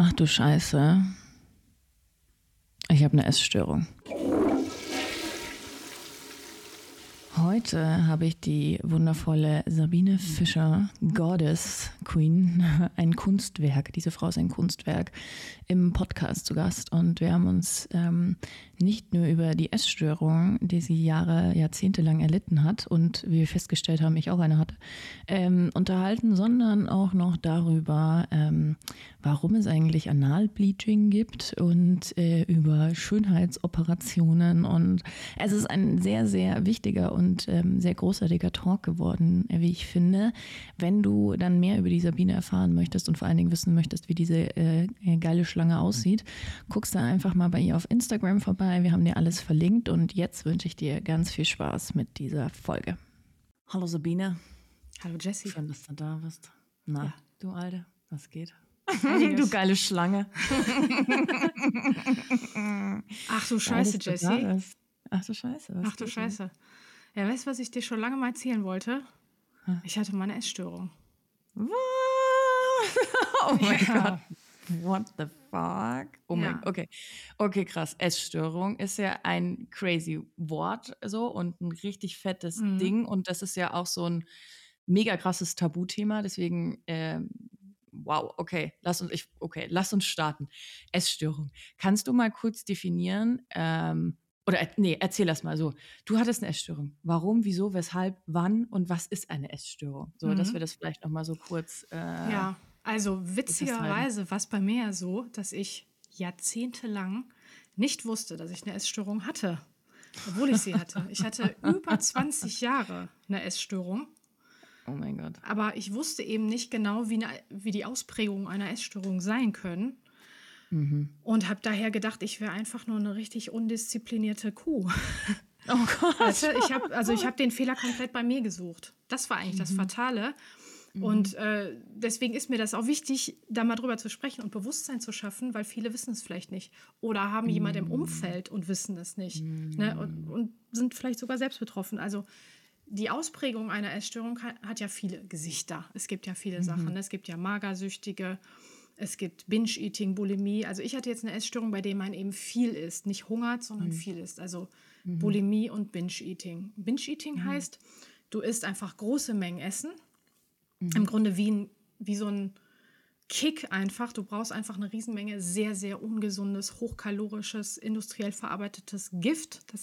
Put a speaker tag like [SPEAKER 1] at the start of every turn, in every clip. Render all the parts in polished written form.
[SPEAKER 1] Ach du Scheiße. Ich habe eine Essstörung. Heute habe ich die wundervolle Sabine Fischer, Goddess Queen, ein Kunstwerk. Diese Frau ist ein Kunstwerk im Podcast zu Gast. Und wir haben uns nicht nur über die Essstörung, die sie jahrzehntelang erlitten hat und wie wir festgestellt haben, ich auch eine hatte, unterhalten, sondern auch noch darüber, warum es eigentlich Analbleaching gibt und über Schönheitsoperationen. Und es ist ein sehr, sehr wichtiger und sehr großartiger Talk geworden, wie ich finde. Wenn du dann mehr über die Sabine erfahren möchtest und vor allen Dingen wissen möchtest, wie diese geile Schlange aussieht, guckst du einfach mal bei ihr auf Instagram vorbei. Wir haben dir alles verlinkt und jetzt wünsche ich dir ganz viel Spaß mit dieser Folge. Hallo Sabine.
[SPEAKER 2] Hallo Jessie.
[SPEAKER 1] Schön, dass du da bist. Na,
[SPEAKER 2] ja.
[SPEAKER 1] Du Alte, was geht?
[SPEAKER 2] Du
[SPEAKER 1] geile Schlange.
[SPEAKER 2] Ach du Scheiße, Jessie.
[SPEAKER 1] Ach du Scheiße.
[SPEAKER 2] Ach du Scheiße. Ja, weißt du, was ich dir schon lange mal erzählen wollte? Ich hatte mal eine Essstörung.
[SPEAKER 1] Was? Oh mein Gott. What the fuck? Oh mein Gott. Okay, krass. Essstörung ist ja ein crazy Wort so und ein richtig fettes Ding. Und das ist ja auch so ein mega krasses Tabuthema. Deswegen, wow, okay, lass uns starten. Essstörung. Kannst du mal kurz definieren, erzähl das mal so. Du hattest eine Essstörung. Warum, wieso, weshalb, wann und was ist eine Essstörung? So, dass wir das vielleicht noch mal so kurz
[SPEAKER 2] ja, also witzigerweise war es bei mir ja so, dass ich jahrzehntelang nicht wusste, dass ich eine Essstörung hatte, obwohl ich sie hatte. Ich hatte über 20 Jahre eine Essstörung.
[SPEAKER 1] Oh mein Gott.
[SPEAKER 2] Aber ich wusste eben nicht genau, wie die Ausprägungen einer Essstörung sein können. Und habe daher gedacht, ich wäre einfach nur eine richtig undisziplinierte Kuh.
[SPEAKER 1] Oh Gott.
[SPEAKER 2] Weißt du, ich habe den Fehler komplett bei mir gesucht. Das war eigentlich das Fatale. Und deswegen ist mir das auch wichtig, da mal drüber zu sprechen und Bewusstsein zu schaffen, weil viele wissen es vielleicht nicht. Oder haben jemand im Umfeld und wissen es nicht. Ne? Und sind vielleicht sogar selbst betroffen. Also die Ausprägung einer Essstörung hat ja viele Gesichter. Es gibt ja viele Sachen. Ne? Es gibt ja Magersüchtige. Es gibt Binge-Eating, Bulimie. Also ich hatte jetzt eine Essstörung, bei der man eben viel isst. Nicht hungert, sondern viel isst. Also Bulimie und Binge-Eating. Binge-Eating heißt, du isst einfach große Mengen Essen. Im Grunde wie so ein Kick einfach. Du brauchst einfach eine Riesenmenge sehr, sehr ungesundes, hochkalorisches, industriell verarbeitetes Gift. Das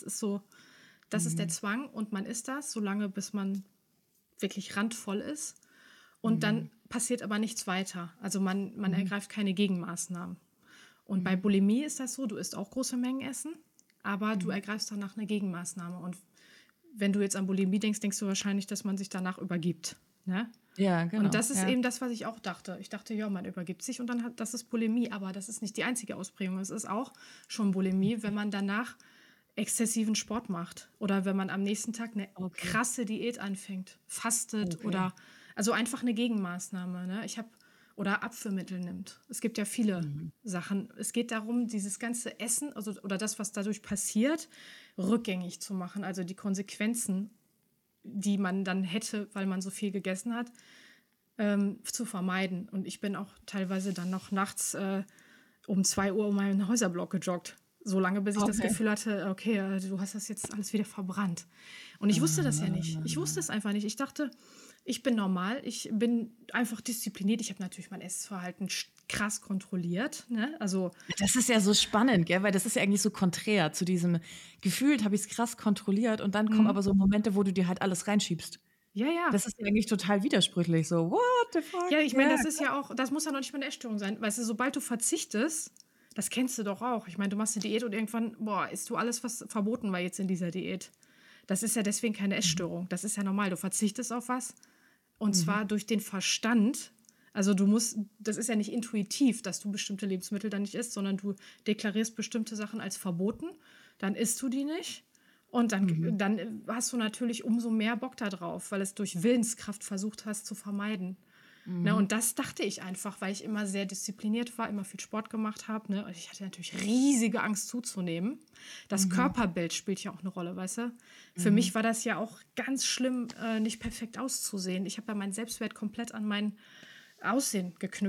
[SPEAKER 2] ist der Zwang. Und man isst das, solange bis man wirklich randvoll ist. Und dann passiert aber nichts weiter. Also man ergreift keine Gegenmaßnahmen. Und bei Bulimie ist das so, du isst auch große Mengen Essen, aber du ergreifst danach eine Gegenmaßnahme. Und wenn du jetzt an Bulimie denkst, denkst du wahrscheinlich, dass man sich danach übergibt. Ne?
[SPEAKER 1] Ja, genau.
[SPEAKER 2] Und das ist eben das, was ich auch dachte. Ich dachte, ja, man übergibt sich und dann das ist Bulimie. Aber das ist nicht die einzige Ausprägung. Es ist auch schon Bulimie, wenn man danach exzessiven Sport macht. Oder wenn man am nächsten Tag eine krasse Diät anfängt, fastet oder also einfach eine Gegenmaßnahme, ne? Oder Abführmittel nimmt. Es gibt ja viele Sachen. Es geht darum, dieses ganze Essen oder das, was dadurch passiert, rückgängig zu machen. Also die Konsequenzen, die man dann hätte, weil man so viel gegessen hat, zu vermeiden. Und ich bin auch teilweise dann noch nachts um 2 Uhr um meinen Häuserblock gejoggt. So lange, bis ich das Gefühl hatte, okay, du hast das jetzt alles wieder verbrannt. Und ich wusste das ja nicht. Ich wusste es einfach nicht. Ich dachte, ich bin normal, ich bin einfach diszipliniert. Ich habe natürlich mein Essverhalten krass kontrolliert. Ne? Also,
[SPEAKER 1] das ist ja so spannend, gell? Weil das ist ja eigentlich so konträr zu diesem, gefühlt habe ich es krass kontrolliert und dann kommen aber so Momente, wo du dir halt alles reinschiebst.
[SPEAKER 2] Ja.
[SPEAKER 1] Das ist ja eigentlich total widersprüchlich. So, what the fuck?
[SPEAKER 2] Ja, ich meine, das ist ja auch, das muss ja noch nicht mal eine Essstörung sein. Weißt du, sobald du verzichtest, das kennst du doch auch. Ich meine, du machst eine Diät und irgendwann, isst du alles, was verboten war jetzt in dieser Diät. Das ist ja deswegen keine Essstörung. Das ist ja normal. Du verzichtest auf was und zwar durch den Verstand. Also das ist ja nicht intuitiv, dass du bestimmte Lebensmittel dann nicht isst, sondern du deklarierst bestimmte Sachen als verboten. Dann isst du die nicht und dann hast du natürlich umso mehr Bock da drauf, weil es durch Willenskraft versucht hast zu vermeiden. Ne, und das dachte ich einfach, weil ich immer sehr diszipliniert war, immer viel Sport gemacht habe. Ne? Und ich hatte natürlich riesige Angst zuzunehmen. Das Körperbild spielt ja auch eine Rolle, weißt du? Für mich war das ja auch ganz schlimm, nicht perfekt auszusehen. Ich habe ja meinen Selbstwert komplett an mein Aussehen geknüpft.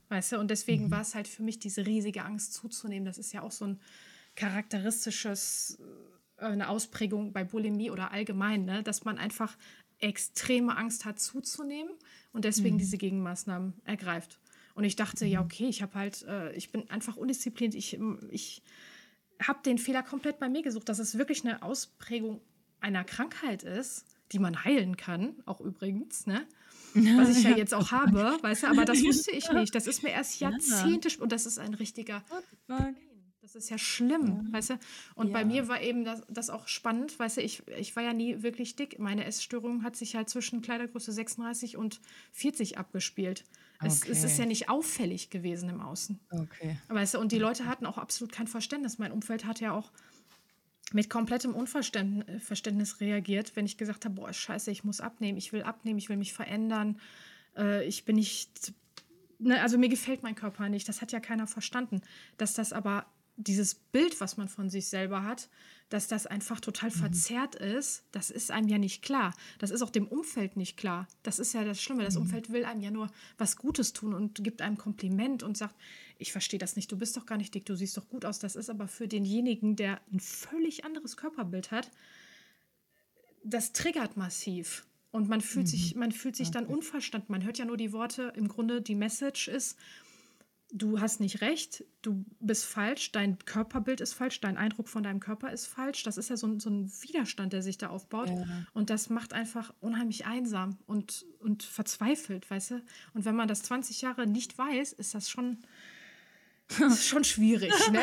[SPEAKER 2] weißt du? Und deswegen war es halt für mich diese riesige Angst zuzunehmen. Das ist ja auch so ein charakteristisches, eine Ausprägung bei Bulimie oder allgemein, ne? Dass man einfach extreme Angst hat zuzunehmen und deswegen diese Gegenmaßnahmen ergreift. Und ich dachte, ja, okay, ich bin einfach undiszipliniert. Ich habe den Fehler komplett bei mir gesucht, dass es wirklich eine Ausprägung einer Krankheit ist, die man heilen kann, auch übrigens, ne? Was ich ja jetzt auch habe, weißt du, aber das wusste ich nicht. Das ist mir erst Jahrzehnte und das ist ein richtiger. Das ist ja schlimm, weißt du? Und bei mir war eben das auch spannend, weißt du, ich war ja nie wirklich dick. Meine Essstörung hat sich halt zwischen Kleidergröße 36 und 40 abgespielt. Es ist ja nicht auffällig gewesen im Außen.
[SPEAKER 1] Okay.
[SPEAKER 2] Weißt du, und die Leute hatten auch absolut kein Verständnis. Mein Umfeld hat ja auch mit komplettem Unverständnis reagiert, wenn ich gesagt habe, boah, scheiße, ich muss abnehmen, ich will mich verändern, ich bin nicht, ne, also mir gefällt mein Körper nicht, das hat ja keiner verstanden, dass das aber dieses Bild, was man von sich selber hat, dass das einfach total verzerrt ist, das ist einem ja nicht klar. Das ist auch dem Umfeld nicht klar. Das ist ja das Schlimme. Das Umfeld will einem ja nur was Gutes tun und gibt einem Kompliment und sagt, ich verstehe das nicht, du bist doch gar nicht dick, du siehst doch gut aus. Das ist aber für denjenigen, der ein völlig anderes Körperbild hat, das triggert massiv. Und man fühlt sich dann unverstanden. Man hört ja nur die Worte, im Grunde die Message ist, du hast nicht recht, du bist falsch, dein Körperbild ist falsch, dein Eindruck von deinem Körper ist falsch. Das ist ja so ein Widerstand, der sich da aufbaut. Ja. Und das macht einfach unheimlich einsam und verzweifelt, weißt du? Und wenn man das 20 Jahre nicht weiß, ist das schon schwierig, ne?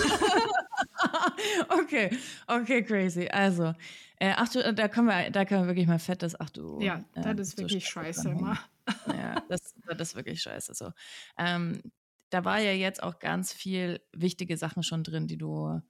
[SPEAKER 1] Okay, crazy. Also, da können wir wirklich mal fettes,
[SPEAKER 2] ja, das ist wirklich scheiße immer.
[SPEAKER 1] Ja, das ist wirklich scheiße. So. Da war ja jetzt auch ganz viel wichtige Sachen schon drin, die du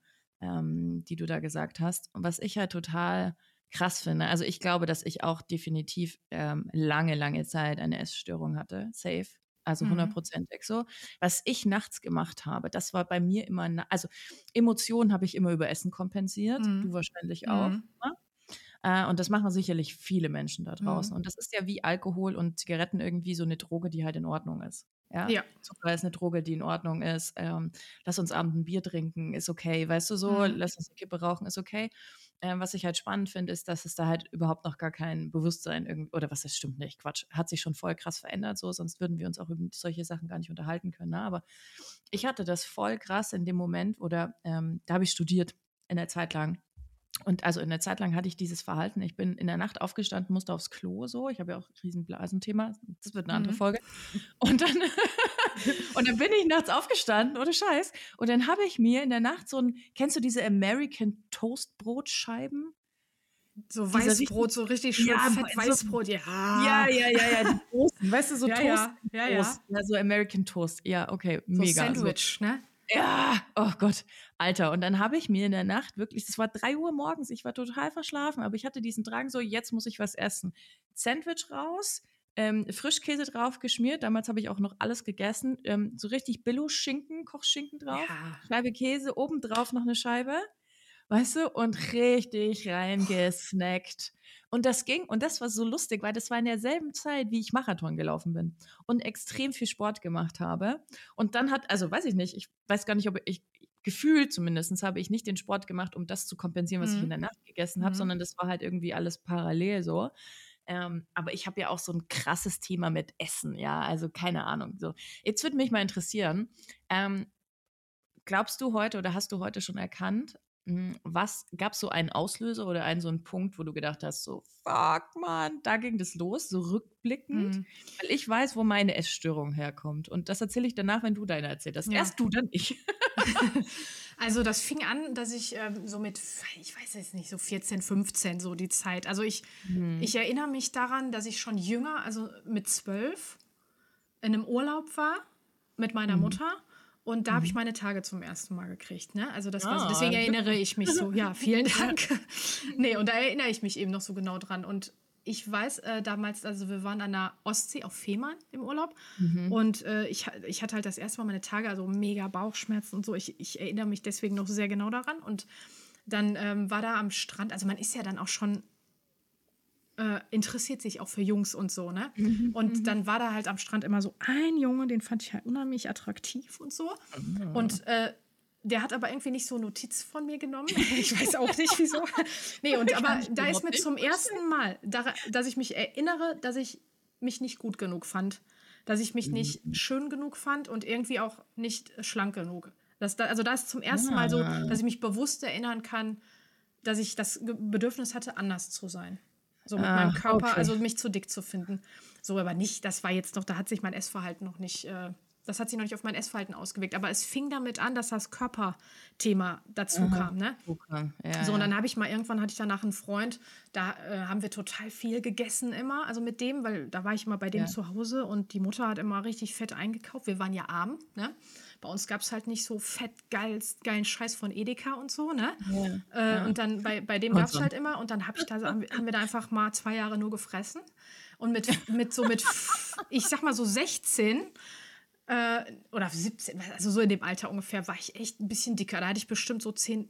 [SPEAKER 1] da gesagt hast. Und was ich halt total krass finde, also ich glaube, dass ich auch definitiv lange Zeit eine Essstörung hatte, safe, also 100%ig so. Was ich nachts gemacht habe, das war bei mir immer, also Emotionen habe ich immer über Essen kompensiert, du wahrscheinlich auch, ne? Und das machen sicherlich viele Menschen da draußen. Und das ist ja wie Alkohol und Zigaretten irgendwie so eine Droge, die halt in Ordnung ist. Ja. Zucker ist eine Droge, die in Ordnung ist. Lass uns abends ein Bier trinken, ist okay. Weißt du so, lass uns eine Kippe rauchen, ist okay. Was ich halt spannend finde, ist, dass es da halt überhaupt noch gar kein Bewusstsein irgendwie, oder was, das stimmt nicht, Quatsch, hat sich schon voll krass verändert, so, sonst würden wir uns auch über solche Sachen gar nicht unterhalten können. Ne? Aber ich hatte das voll krass in dem Moment, oder da habe ich studiert in der Zeit lang. Und also in der Zeit lang hatte ich dieses Verhalten. Ich bin in der Nacht aufgestanden, musste aufs Klo so. Ich habe ja auch ein Riesenblasenthema. Das wird eine andere Folge. Und dann bin ich nachts aufgestanden, ohne Scheiß. Und dann habe ich mir in der Nacht kennst du diese American Toast Brotscheiben?
[SPEAKER 2] So Weißbrot, so richtig schön fett Weißbrot,
[SPEAKER 1] Ja, die großen, weißt du, so Toast. Ja, so American Toast. Ja, okay,
[SPEAKER 2] so
[SPEAKER 1] mega.
[SPEAKER 2] Sandwich, so. Ne?
[SPEAKER 1] Ja, oh Gott, Alter. Und dann habe ich mir in der Nacht wirklich, das war 3 Uhr morgens, ich war total verschlafen, aber ich hatte diesen Drang so, jetzt muss ich was essen. Sandwich raus, Frischkäse drauf geschmiert, damals habe ich auch noch alles gegessen, so richtig Billo-Schinken, Kochschinken drauf, Scheibe Käse, obendrauf noch eine Scheibe, weißt du, und richtig reingesnackt. Und das ging, und das war so lustig, weil das war in derselben Zeit, wie ich Marathon gelaufen bin und extrem viel Sport gemacht habe. Und dann weiß ich weiß gar nicht, ob ich, gefühlt zumindest, habe ich nicht den Sport gemacht, um das zu kompensieren, was ich in der Nacht gegessen habe, sondern das war halt irgendwie alles parallel so. Aber ich habe ja auch so ein krasses Thema mit Essen, ja, also keine Ahnung. So. Jetzt würde mich mal interessieren, glaubst du heute oder hast du heute schon erkannt, was gab es so einen Auslöser oder so einen Punkt, wo du gedacht hast, so, fuck, Mann, da ging das los, so rückblickend? Weil ich weiß, wo meine Essstörung herkommt. Und das erzähle ich danach, wenn du deine erzählt hast. Erst du, dann ich.
[SPEAKER 2] Also das fing an, dass ich so mit, ich weiß jetzt nicht, so 14, 15, so die Zeit. Also ich erinnere mich daran, dass ich schon jünger, also mit 12, in einem Urlaub war mit meiner Mutter. Und da habe ich meine Tage zum ersten Mal gekriegt. Ne? Also das war so, deswegen erinnere ich mich so. Ja, vielen Dank. Nee, und da erinnere ich mich eben noch so genau dran. Und ich weiß damals, also wir waren an der Ostsee auf Fehmarn im Urlaub. Und ich hatte halt das erste Mal meine Tage, also mega Bauchschmerzen und so. Ich erinnere mich deswegen noch sehr genau daran. Und dann war da am Strand, also man ist ja dann auch schon interessiert sich auch für Jungs und so, ne? Und dann war da halt am Strand immer so ein Junge, den fand ich halt unheimlich attraktiv und so. Und der hat aber irgendwie nicht so Notiz von mir genommen. Ich weiß auch nicht, wieso. Nee, aber da ist mir zum ersten Mal, dass ich mich erinnere, dass ich mich nicht gut genug fand. Dass ich mich nicht schön genug fand und irgendwie auch nicht schlank genug. Also da ist zum ersten Mal so, dass ich mich bewusst erinnern kann, dass ich das Bedürfnis hatte, anders zu sein. So mit meinem Körper, also mich zu dick zu finden. So, aber nicht, das war jetzt noch, da hat sich mein Essverhalten noch nicht, das hat sich noch nicht auf mein Essverhalten ausgewirkt. Aber es fing damit an, dass das Körperthema dazu kam, ne?
[SPEAKER 1] Ja,
[SPEAKER 2] so, und dann hatte ich danach einen Freund, da haben wir total viel gegessen immer, also mit dem, weil da war ich immer bei dem zu Hause und die Mutter hat immer richtig fett eingekauft. Wir waren ja arm, ne? Bei uns gab es halt nicht so fett geilen Scheiß von Edeka und so, ne? Und dann bei dem gab es halt immer und dann haben wir da einfach mal 2 Jahre nur gefressen. Und mit ich sag mal so 16 oder 17, also so in dem Alter ungefähr, war ich echt ein bisschen dicker. Da hatte ich bestimmt so 10,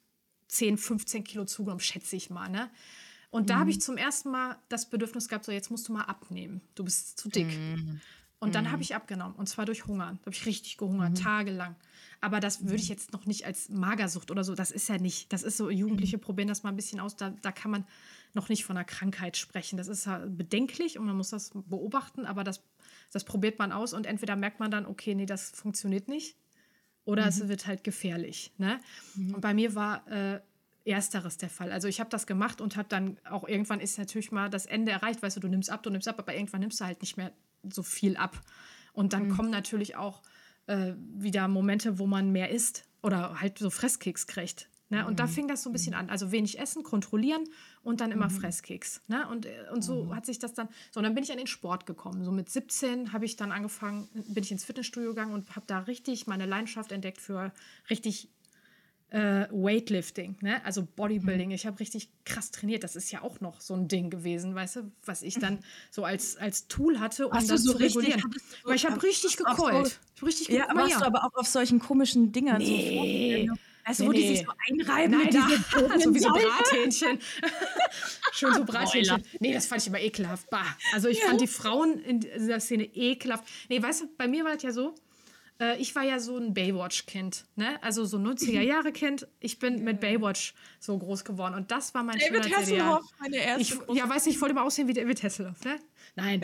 [SPEAKER 2] 15 Kilo zugenommen, schätze ich mal, ne? Und da habe ich zum ersten Mal das Bedürfnis gehabt, so jetzt musst du mal abnehmen. Du bist zu dick. Und dann habe ich abgenommen. Und zwar durch Hunger. Da habe ich richtig gehungert, tagelang. Aber das würde ich jetzt noch nicht als Magersucht oder so, das ist ja nicht. Das ist so, Jugendliche probieren das mal ein bisschen aus. Da kann man noch nicht von einer Krankheit sprechen. Das ist ja bedenklich und man muss das beobachten, aber das probiert man aus und entweder merkt man dann, okay, nee, das funktioniert nicht oder es wird halt gefährlich. Ne? Und bei mir war Ersteres der Fall. Also ich habe das gemacht und habe dann auch irgendwann ist natürlich mal das Ende erreicht. Weißt du nimmst ab, aber irgendwann nimmst du halt nicht mehr so viel ab. Und dann kommen natürlich auch wieder Momente, wo man mehr isst oder halt so Fresskicks kriegt. Ne? Und da fing das so ein bisschen an. Also wenig essen, kontrollieren und dann immer Fresskicks. Ne? Und so hat sich das dann... So, und dann bin ich an den Sport gekommen. So mit 17 habe ich dann angefangen, bin ich ins Fitnessstudio gegangen und habe da richtig meine Leidenschaft entdeckt für richtig Weightlifting, ne? Also Bodybuilding. Ich habe richtig krass trainiert. Das ist ja auch noch so ein Ding gewesen, weißt du, was ich dann so als Tool hatte, um das zu regulieren. Weil ich habe richtig gekeult.
[SPEAKER 1] Ja, warst du aber auch auf solchen komischen Dingern.
[SPEAKER 2] Nee.
[SPEAKER 1] Also wo die sich so einreiben.
[SPEAKER 2] Nein, so wie so Brathähnchen. Schön so Brathähnchen. Nee, das fand ich immer ekelhaft. Bah. Also ich fand die Frauen in dieser Szene ekelhaft. Nee, weißt du, bei mir war das ja so, ich war ja so ein Baywatch-Kind, ne? Also so 90er-Jahre-Kind. Ich bin mit Baywatch so groß geworden. Und das war mein
[SPEAKER 1] David Hasselhoff, meine erste
[SPEAKER 2] ich wollte immer aussehen wie David Hasselhoff, ne? Nein.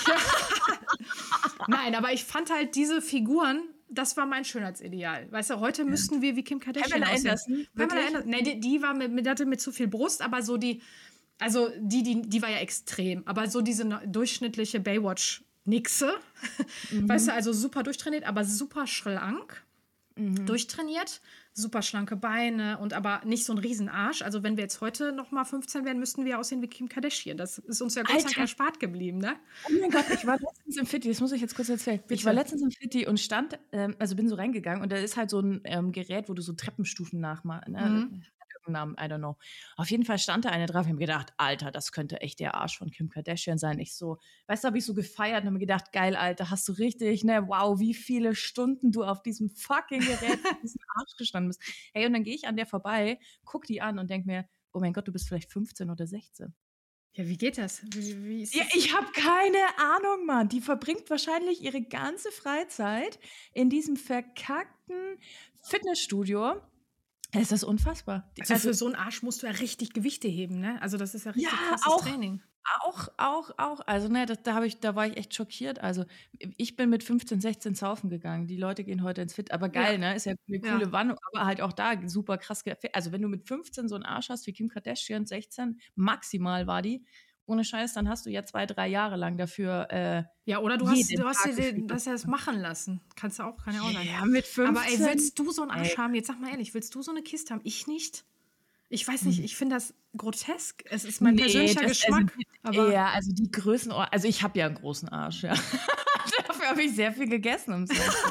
[SPEAKER 2] Nein, aber ich fand halt diese Figuren, das war mein Schönheitsideal. Weißt du, heute müssten wir wie Kim Kardashian aussehen. Pamela Anderson. Nee, die hatte mit zu viel Brust, aber so die war ja extrem. Aber so diese durchschnittliche Baywatch-Nixe, weißt du, also super durchtrainiert, aber super schlank, durchtrainiert, super schlanke Beine und aber nicht so ein Riesenarsch. Also wenn wir jetzt heute noch mal 15 wären, müssten wir aussehen wie Kim Kardashian. Das ist uns ja Gott sei Dank erspart geblieben, ne?
[SPEAKER 1] Oh mein Gott, ich war letztens im Fitti, das muss ich jetzt kurz erzählen. Ich war letztens im Fitti und stand, also bin so reingegangen und da ist halt so ein Gerät, wo du so Treppenstufen nachmachst, ne? Namen, I don't know. Auf jeden Fall stand da eine drauf. Ich habe mir gedacht, Alter, das könnte echt der Arsch von Kim Kardashian sein. Ich so, weißt du, habe ich so gefeiert und habe mir gedacht, geil, Alter, hast du richtig, ne, wow, wie viele Stunden du auf diesem fucking Gerät auf diesem Arsch gestanden bist. Hey, und dann gehe ich an der vorbei, guck die an und denke mir, oh mein Gott, du bist vielleicht 15 oder 16.
[SPEAKER 2] Ja, wie geht das? Wie ist das?
[SPEAKER 1] Ja, ich habe keine Ahnung, Mann. Die verbringt wahrscheinlich ihre ganze Freizeit in diesem verkackten Fitnessstudio. Es ist unfassbar.
[SPEAKER 2] Also für so einen Arsch musst du ja richtig Gewichte heben, ne? Also das ist ja richtig krasses Training.
[SPEAKER 1] Auch. Also ne, da war ich echt schockiert. Also ich bin mit 15, 16 saufen gegangen. Die Leute gehen heute ins Fit. Aber geil, ne? Ist ja eine coole Wandlung. Aber halt auch da super krass. Also wenn du mit 15 so einen Arsch hast wie Kim Kardashian, 16, maximal war die, ohne Scheiß, dann hast du ja 2, 3 Jahre lang dafür
[SPEAKER 2] ja, oder du hast dir das machen lassen. Kann ja auch sein.
[SPEAKER 1] Ja, mit 15.
[SPEAKER 2] Aber ey, willst du so einen Arsch haben? Jetzt sag mal ehrlich, willst du so eine Kiste haben? Ich nicht. Ich weiß nicht, ich finde das grotesk. Es ist mein persönlicher Geschmack.
[SPEAKER 1] Also die Größen, also ich habe ja einen großen Arsch, ja. Dafür habe ich sehr viel gegessen.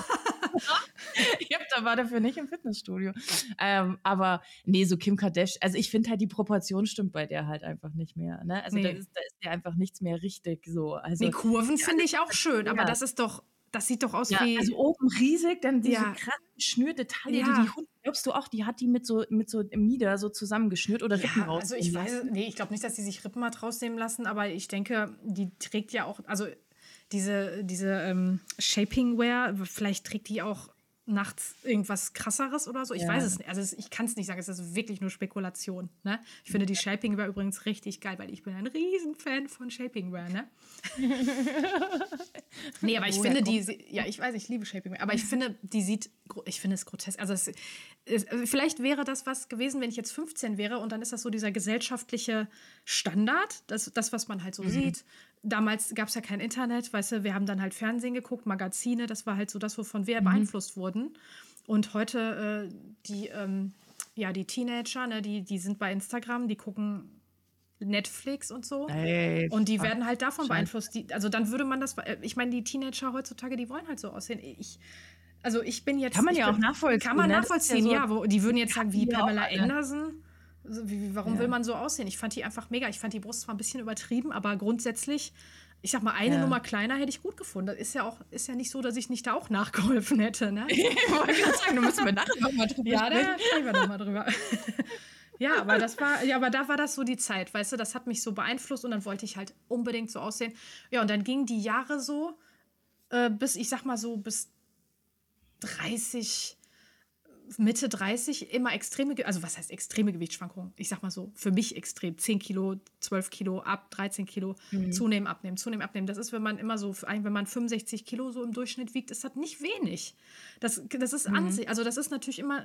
[SPEAKER 1] War dafür nicht im Fitnessstudio. Aber nee, so Kim Kardashian, also ich finde halt, die Proportion stimmt bei der halt einfach nicht mehr. Ne? Also da ist ja einfach nichts mehr richtig so. Also,
[SPEAKER 2] nee, Kurven finde ich auch schön, aber das ist doch das sieht doch aus
[SPEAKER 1] Ja,
[SPEAKER 2] wie...
[SPEAKER 1] also oben riesig, dann diese
[SPEAKER 2] Ja.
[SPEAKER 1] krass geschnürte Taille,
[SPEAKER 2] Ja.
[SPEAKER 1] die Hunde, glaubst du auch, die hat die mit so Mieder so zusammengeschnürt oder Rippen
[SPEAKER 2] Ja, also
[SPEAKER 1] rausnehmen
[SPEAKER 2] ich weiß,
[SPEAKER 1] lassen?
[SPEAKER 2] nee, ich glaube nicht, dass sie sich Rippen hat rausnehmen lassen, aber ich denke, die trägt ja auch, also diese Shaping-Wear, vielleicht trägt die auch nachts irgendwas Krasseres oder so. Ich weiß es nicht. Also ich kann es nicht sagen. Es ist wirklich nur Spekulation. Ne? Ich finde die Shaping-Wear übrigens richtig geil, weil ich bin ein Riesenfan von Shaping-Wear. Ne? Nee, aber ich finde ich weiß, ich liebe Shaping-Wear, aber ich finde, ich finde es grotesk. Also vielleicht wäre das was gewesen, wenn ich jetzt 15 wäre und dann ist das so dieser gesellschaftliche Standard, das was man halt so sieht. Damals gab es ja kein Internet, weißt du, wir haben dann halt Fernsehen geguckt, Magazine, das war halt so das, wovon wir beeinflusst wurden. Und heute die Teenager, ne, die sind bei Instagram, die gucken Netflix und so.
[SPEAKER 1] Ey,
[SPEAKER 2] und die werden halt davon beeinflusst. Also dann würde man das, ich meine, die Teenager heutzutage, die wollen halt so aussehen. Ich bin jetzt...
[SPEAKER 1] Kann man ja auch nachvollziehen.
[SPEAKER 2] Kann man
[SPEAKER 1] ne?
[SPEAKER 2] nachvollziehen,
[SPEAKER 1] Ja,
[SPEAKER 2] ja. Die würden jetzt sagen, wie
[SPEAKER 1] wir
[SPEAKER 2] Pamela
[SPEAKER 1] auch alle.
[SPEAKER 2] Anderson. Also, warum will man so aussehen? Ich fand die einfach mega. Ich fand die Brust zwar ein bisschen übertrieben, aber grundsätzlich, ich sag mal, eine Nummer kleiner hätte ich gut gefunden. Das ist ja nicht so, dass ich nicht da auch nachgeholfen hätte. Ne?
[SPEAKER 1] Ich wollte gerade sagen, da müssen wir nachher nochmal drüber
[SPEAKER 2] Ja, da
[SPEAKER 1] sprechen.
[SPEAKER 2] sprechen wir nochmal drüber. Ja, aber da war das so die Zeit, weißt du, das hat mich so beeinflusst und dann wollte ich halt unbedingt so aussehen. Ja, und dann gingen die Jahre so, bis 30, Mitte 30 immer also was heißt extreme Gewichtsschwankungen? Ich sag mal so, für mich extrem. 10 Kilo, 12 Kilo, ab 13 Kilo, zunehmen, abnehmen. Das ist, wenn man immer so, wenn man 65 Kilo so im Durchschnitt wiegt, ist das nicht wenig. Das ist an sich, also das ist natürlich immer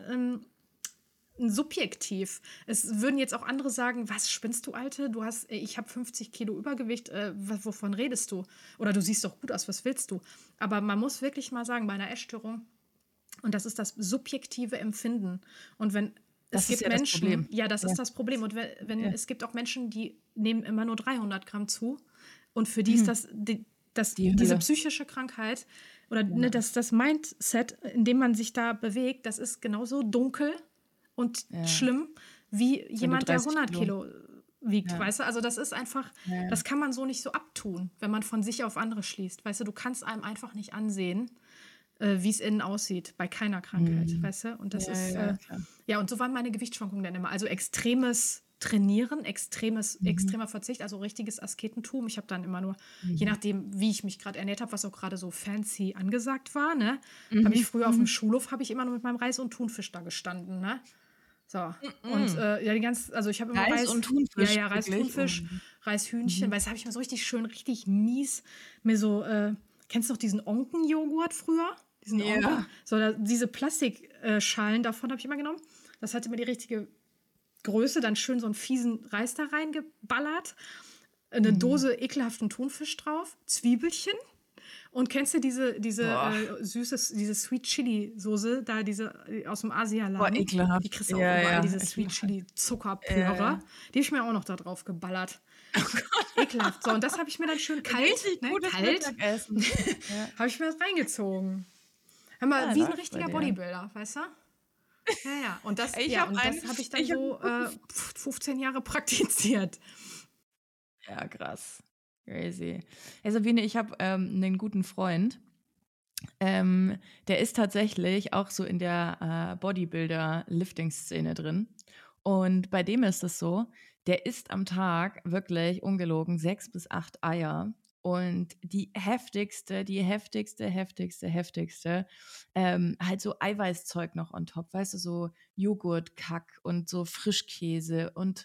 [SPEAKER 2] subjektiv. Es würden jetzt auch andere sagen, was, spinnst du, Alte? Ich habe 50 Kilo Übergewicht, wovon redest du? Oder du siehst doch gut aus, was willst du? Aber man muss wirklich mal sagen, bei einer Essstörung, und das ist das subjektive Empfinden. Und wenn
[SPEAKER 1] Das
[SPEAKER 2] es gibt
[SPEAKER 1] ist ja das
[SPEAKER 2] Menschen,
[SPEAKER 1] Problem.
[SPEAKER 2] das ist das Problem. Und wenn es gibt auch Menschen, die nehmen immer nur 300 Gramm zu und für die ist diese psychische Krankheit oder das Mindset, in dem man sich da bewegt, das ist genauso dunkel und schlimm wie jemand, der 100 Kilo wiegt, weißt du? Also das ist einfach, das kann man so nicht so abtun, wenn man von sich auf andere schließt. Weißt du, du kannst einem einfach nicht ansehen, wie es innen aussieht, bei keiner Krankheit, weißt du? Und das ist, und so waren meine Gewichtsschwankungen dann immer. Also extremes Trainieren, extremer Verzicht, also richtiges Asketentum. Ich habe dann immer nur, je nachdem, wie ich mich gerade ernährt habe, was auch gerade so fancy angesagt war, ne, habe ich früher auf dem Schulhof, habe ich immer nur mit meinem Reis und Thunfisch da gestanden, ne? So. Und ich habe immer
[SPEAKER 1] Reis und Thunfisch.
[SPEAKER 2] Ja, Reis, Thunfisch, Reishühnchen, weil das habe ich mir so richtig mies, mir so, kennst du noch diesen Onken-Joghurt früher? Onken? So, diese Plastikschalen, davon habe ich immer genommen. Das hatte mir die richtige Größe, dann schön so einen fiesen Reis da reingeballert, eine Dose ekelhaften Thunfisch drauf, Zwiebelchen. Und kennst du diese diese Sweet Chili Soße, da diese aus dem Asialaden?
[SPEAKER 1] Boah, ekelhaft.
[SPEAKER 2] Die kriegst du auch überall, diese Sweet Chili Zuckerpüre. Die habe ich mir auch noch da drauf geballert. Oh ekelhaft. So, und das habe ich mir dann schön kalt,
[SPEAKER 1] Mittagessen.
[SPEAKER 2] habe ich mir das reingezogen. Hör mal, wie ein richtiger Bodybuilder, weißt du? Ja. Und das, das habe ich dann so 15 Jahre praktiziert.
[SPEAKER 1] Ja, krass. Crazy. Hey Sabine, ich habe einen guten Freund, der ist tatsächlich auch so in der Bodybuilder-Lifting-Szene drin. Und bei dem ist es so, der isst am Tag wirklich ungelogen 6 bis 8 Eier. Und die heftigste, halt so Eiweißzeug noch on top, weißt du, so Joghurt, Kack und so Frischkäse und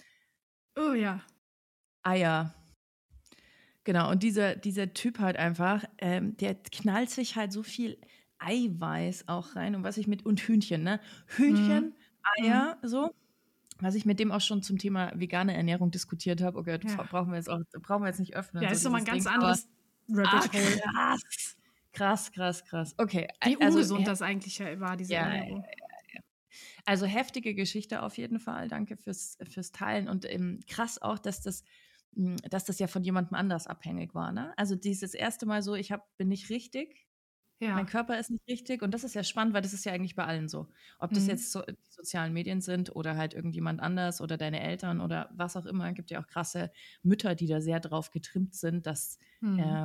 [SPEAKER 1] Eier. Genau, und dieser Typ halt einfach, der knallt sich halt so viel Eiweiß auch rein und und Hühnchen, ne? Hühnchen, Eier, so. Was ich mit dem auch schon zum Thema vegane Ernährung diskutiert habe. Okay, brauchen wir jetzt nicht öffnen.
[SPEAKER 2] Ja, so ist nochmal ein ganz anderes Rabbit Hole.
[SPEAKER 1] Krass. Okay.
[SPEAKER 2] Wie ungesund das eigentlich war, diese Ernährung.
[SPEAKER 1] Ja. Also heftige Geschichte auf jeden Fall. Danke fürs Teilen. Und krass auch, dass das ja von jemandem anders abhängig war. Ne? Also dieses erste Mal so, bin nicht richtig. Ja. Mein Körper ist nicht richtig und das ist ja spannend, weil das ist ja eigentlich bei allen so. Ob das jetzt so die sozialen Medien sind oder halt irgendjemand anders oder deine Eltern oder was auch immer. Es gibt ja auch krasse Mütter, die da sehr drauf getrimmt sind, dass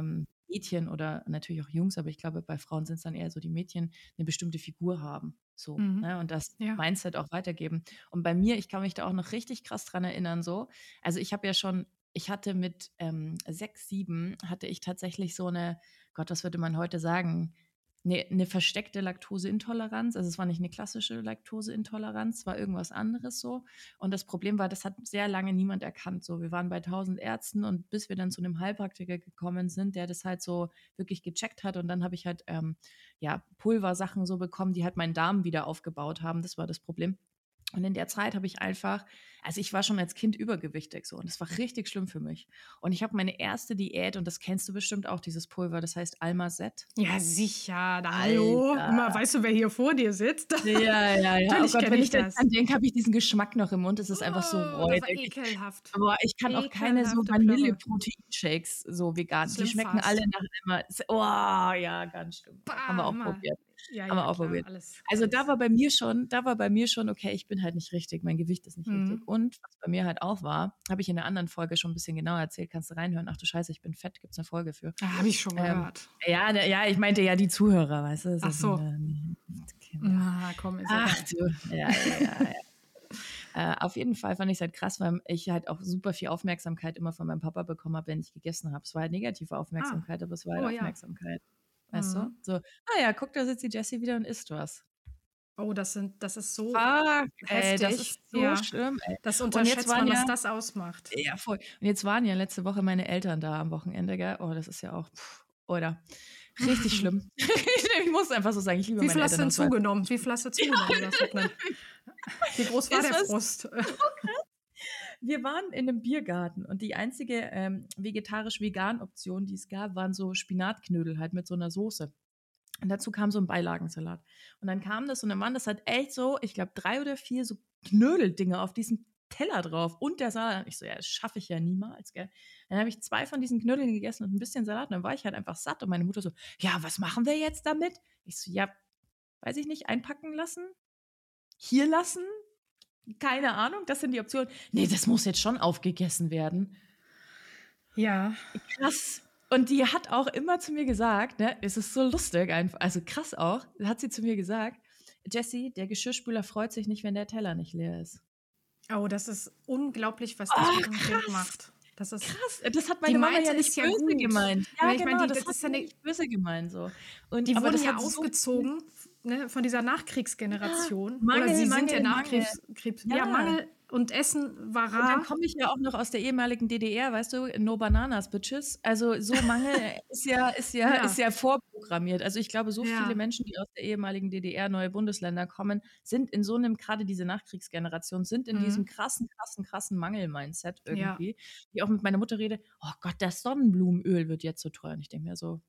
[SPEAKER 1] Mädchen oder natürlich auch Jungs, aber ich glaube, bei Frauen sind es dann eher so die Mädchen, eine bestimmte Figur haben. So, ne? Und das
[SPEAKER 2] Ja.
[SPEAKER 1] Mindset auch weitergeben. Und bei mir, ich kann mich da auch noch richtig krass dran erinnern, so. Also ich hatte mit 6, 7, hatte ich tatsächlich so eine, Gott, was würde man heute sagen? Eine versteckte Laktoseintoleranz. Also es war nicht eine klassische Laktoseintoleranz, es war irgendwas anderes so. Und das Problem war, das hat sehr lange niemand erkannt. So, wir waren bei 1000 Ärzten und bis wir dann zu einem Heilpraktiker gekommen sind, der das halt so wirklich gecheckt hat. Und dann habe ich halt Pulversachen so bekommen, die halt meinen Darm wieder aufgebaut haben. Das war das Problem. Und in der Zeit habe ich einfach, also ich war schon als Kind übergewichtig so und das war richtig schlimm für mich. Und ich habe meine erste Diät, und das kennst du bestimmt auch, dieses Pulver, das heißt Almazet.
[SPEAKER 2] Ja, sicher. Hallo.
[SPEAKER 1] Alter.
[SPEAKER 2] Immer, weißt du, wer hier vor dir sitzt?
[SPEAKER 1] Ja.
[SPEAKER 2] Natürlich
[SPEAKER 1] Gott,
[SPEAKER 2] kenne
[SPEAKER 1] wenn
[SPEAKER 2] ich
[SPEAKER 1] ich dran
[SPEAKER 2] das.
[SPEAKER 1] denke, habe ich diesen Geschmack noch im Mund. Es ist einfach so
[SPEAKER 2] Das war
[SPEAKER 1] räudig.
[SPEAKER 2] ekelhaft.
[SPEAKER 1] Aber ich kann auch keine so
[SPEAKER 2] Ekelhafte Plörre.
[SPEAKER 1] Vanille-Protein-Shakes so vegan. Die
[SPEAKER 2] Schlimm
[SPEAKER 1] schmecken
[SPEAKER 2] fast.
[SPEAKER 1] alle nach immer. Oh, ja, ganz schlimm. Haben wir auch
[SPEAKER 2] Immer.
[SPEAKER 1] probiert.
[SPEAKER 2] Ja,
[SPEAKER 1] Haben wir auch
[SPEAKER 2] klar,
[SPEAKER 1] probiert.
[SPEAKER 2] alles.
[SPEAKER 1] Also da war bei mir schon, okay, ich bin halt nicht richtig, mein Gewicht ist nicht richtig. Und was bei mir halt auch war, habe ich in einer anderen Folge schon ein bisschen genauer erzählt, kannst du reinhören. Ach du Scheiße, ich bin fett, gibt es eine Folge für.
[SPEAKER 2] Habe ich schon gehört.
[SPEAKER 1] Ja, ich meinte ja die Zuhörer, weißt du?
[SPEAKER 2] Ach so. Komm, ist
[SPEAKER 1] Ach du, ja. Auf jeden Fall fand ich es halt krass, weil ich halt auch super viel Aufmerksamkeit immer von meinem Papa bekommen habe, wenn ich gegessen habe. Es war halt negative Aufmerksamkeit, aber es war halt Aufmerksamkeit. Weißt du? So, ja, guck, da sitzt die Jessie wieder und isst was.
[SPEAKER 2] Oh, das ist so
[SPEAKER 1] heftig. Das ist so schlimm, ey.
[SPEAKER 2] Das unterschätzt man, was das ausmacht.
[SPEAKER 1] Ja, voll. Und jetzt waren ja letzte Woche meine Eltern da am Wochenende, gell? Oh, das ist ja auch, oder? Richtig schlimm. Ich muss einfach so sagen, ich liebe meine Eltern.
[SPEAKER 2] Wie viel hast du zugenommen? Wie groß war der Frust?
[SPEAKER 1] Wir waren in einem Biergarten und die einzige vegetarisch-vegan-Option, die es gab, waren so Spinatknödel halt mit so einer Soße. Und dazu kam so ein Beilagensalat. Und dann kam das und dann waren das halt echt so, ich glaube 3 oder 4 so Knödeldinger auf diesem Teller drauf und der Salat. Und ich so, ja, das schaffe ich ja niemals, gell. Dann habe ich 2 von diesen Knödeln gegessen und ein bisschen Salat und dann war ich halt einfach satt. Und meine Mutter so, ja, was machen wir jetzt damit? Ich so, ja, weiß ich nicht, einpacken lassen? Hier lassen? Keine Ahnung, das sind die Optionen. Nee, das muss jetzt schon aufgegessen werden.
[SPEAKER 2] Ja.
[SPEAKER 1] Krass. Und die hat auch immer zu mir gesagt, ne, es ist so lustig einfach, also krass auch, hat sie zu mir gesagt, Jessie, der Geschirrspüler freut sich nicht, wenn der Teller nicht leer ist.
[SPEAKER 2] Oh, das ist unglaublich, was das mit dem Kind macht. Das ist
[SPEAKER 1] krass. Das hat meine Mama ja nicht böse gemeint.
[SPEAKER 2] Ja, ich meine,
[SPEAKER 1] das ist ja nicht böse gemeint so. Und
[SPEAKER 2] die wurden ja ausgezogen von dieser Nachkriegsgeneration.
[SPEAKER 1] Mangel,
[SPEAKER 2] sie
[SPEAKER 1] Mangel,
[SPEAKER 2] sind ja Nachkriegs. Ja, Mangel und Essen war rar.
[SPEAKER 1] Und dann komme ich ja auch noch aus der ehemaligen DDR, weißt du, no bananas, bitches. Also so Mangel ist ja vorprogrammiert. Also ich glaube, so viele Menschen, die aus der ehemaligen DDR, neue Bundesländer kommen, sind in so einem, gerade diese Nachkriegsgeneration, sind in diesem krassen Mangel-Mindset irgendwie. Wie auch mit meiner Mutter rede, oh Gott, das Sonnenblumenöl wird jetzt so teuer. Und ich denke mir so,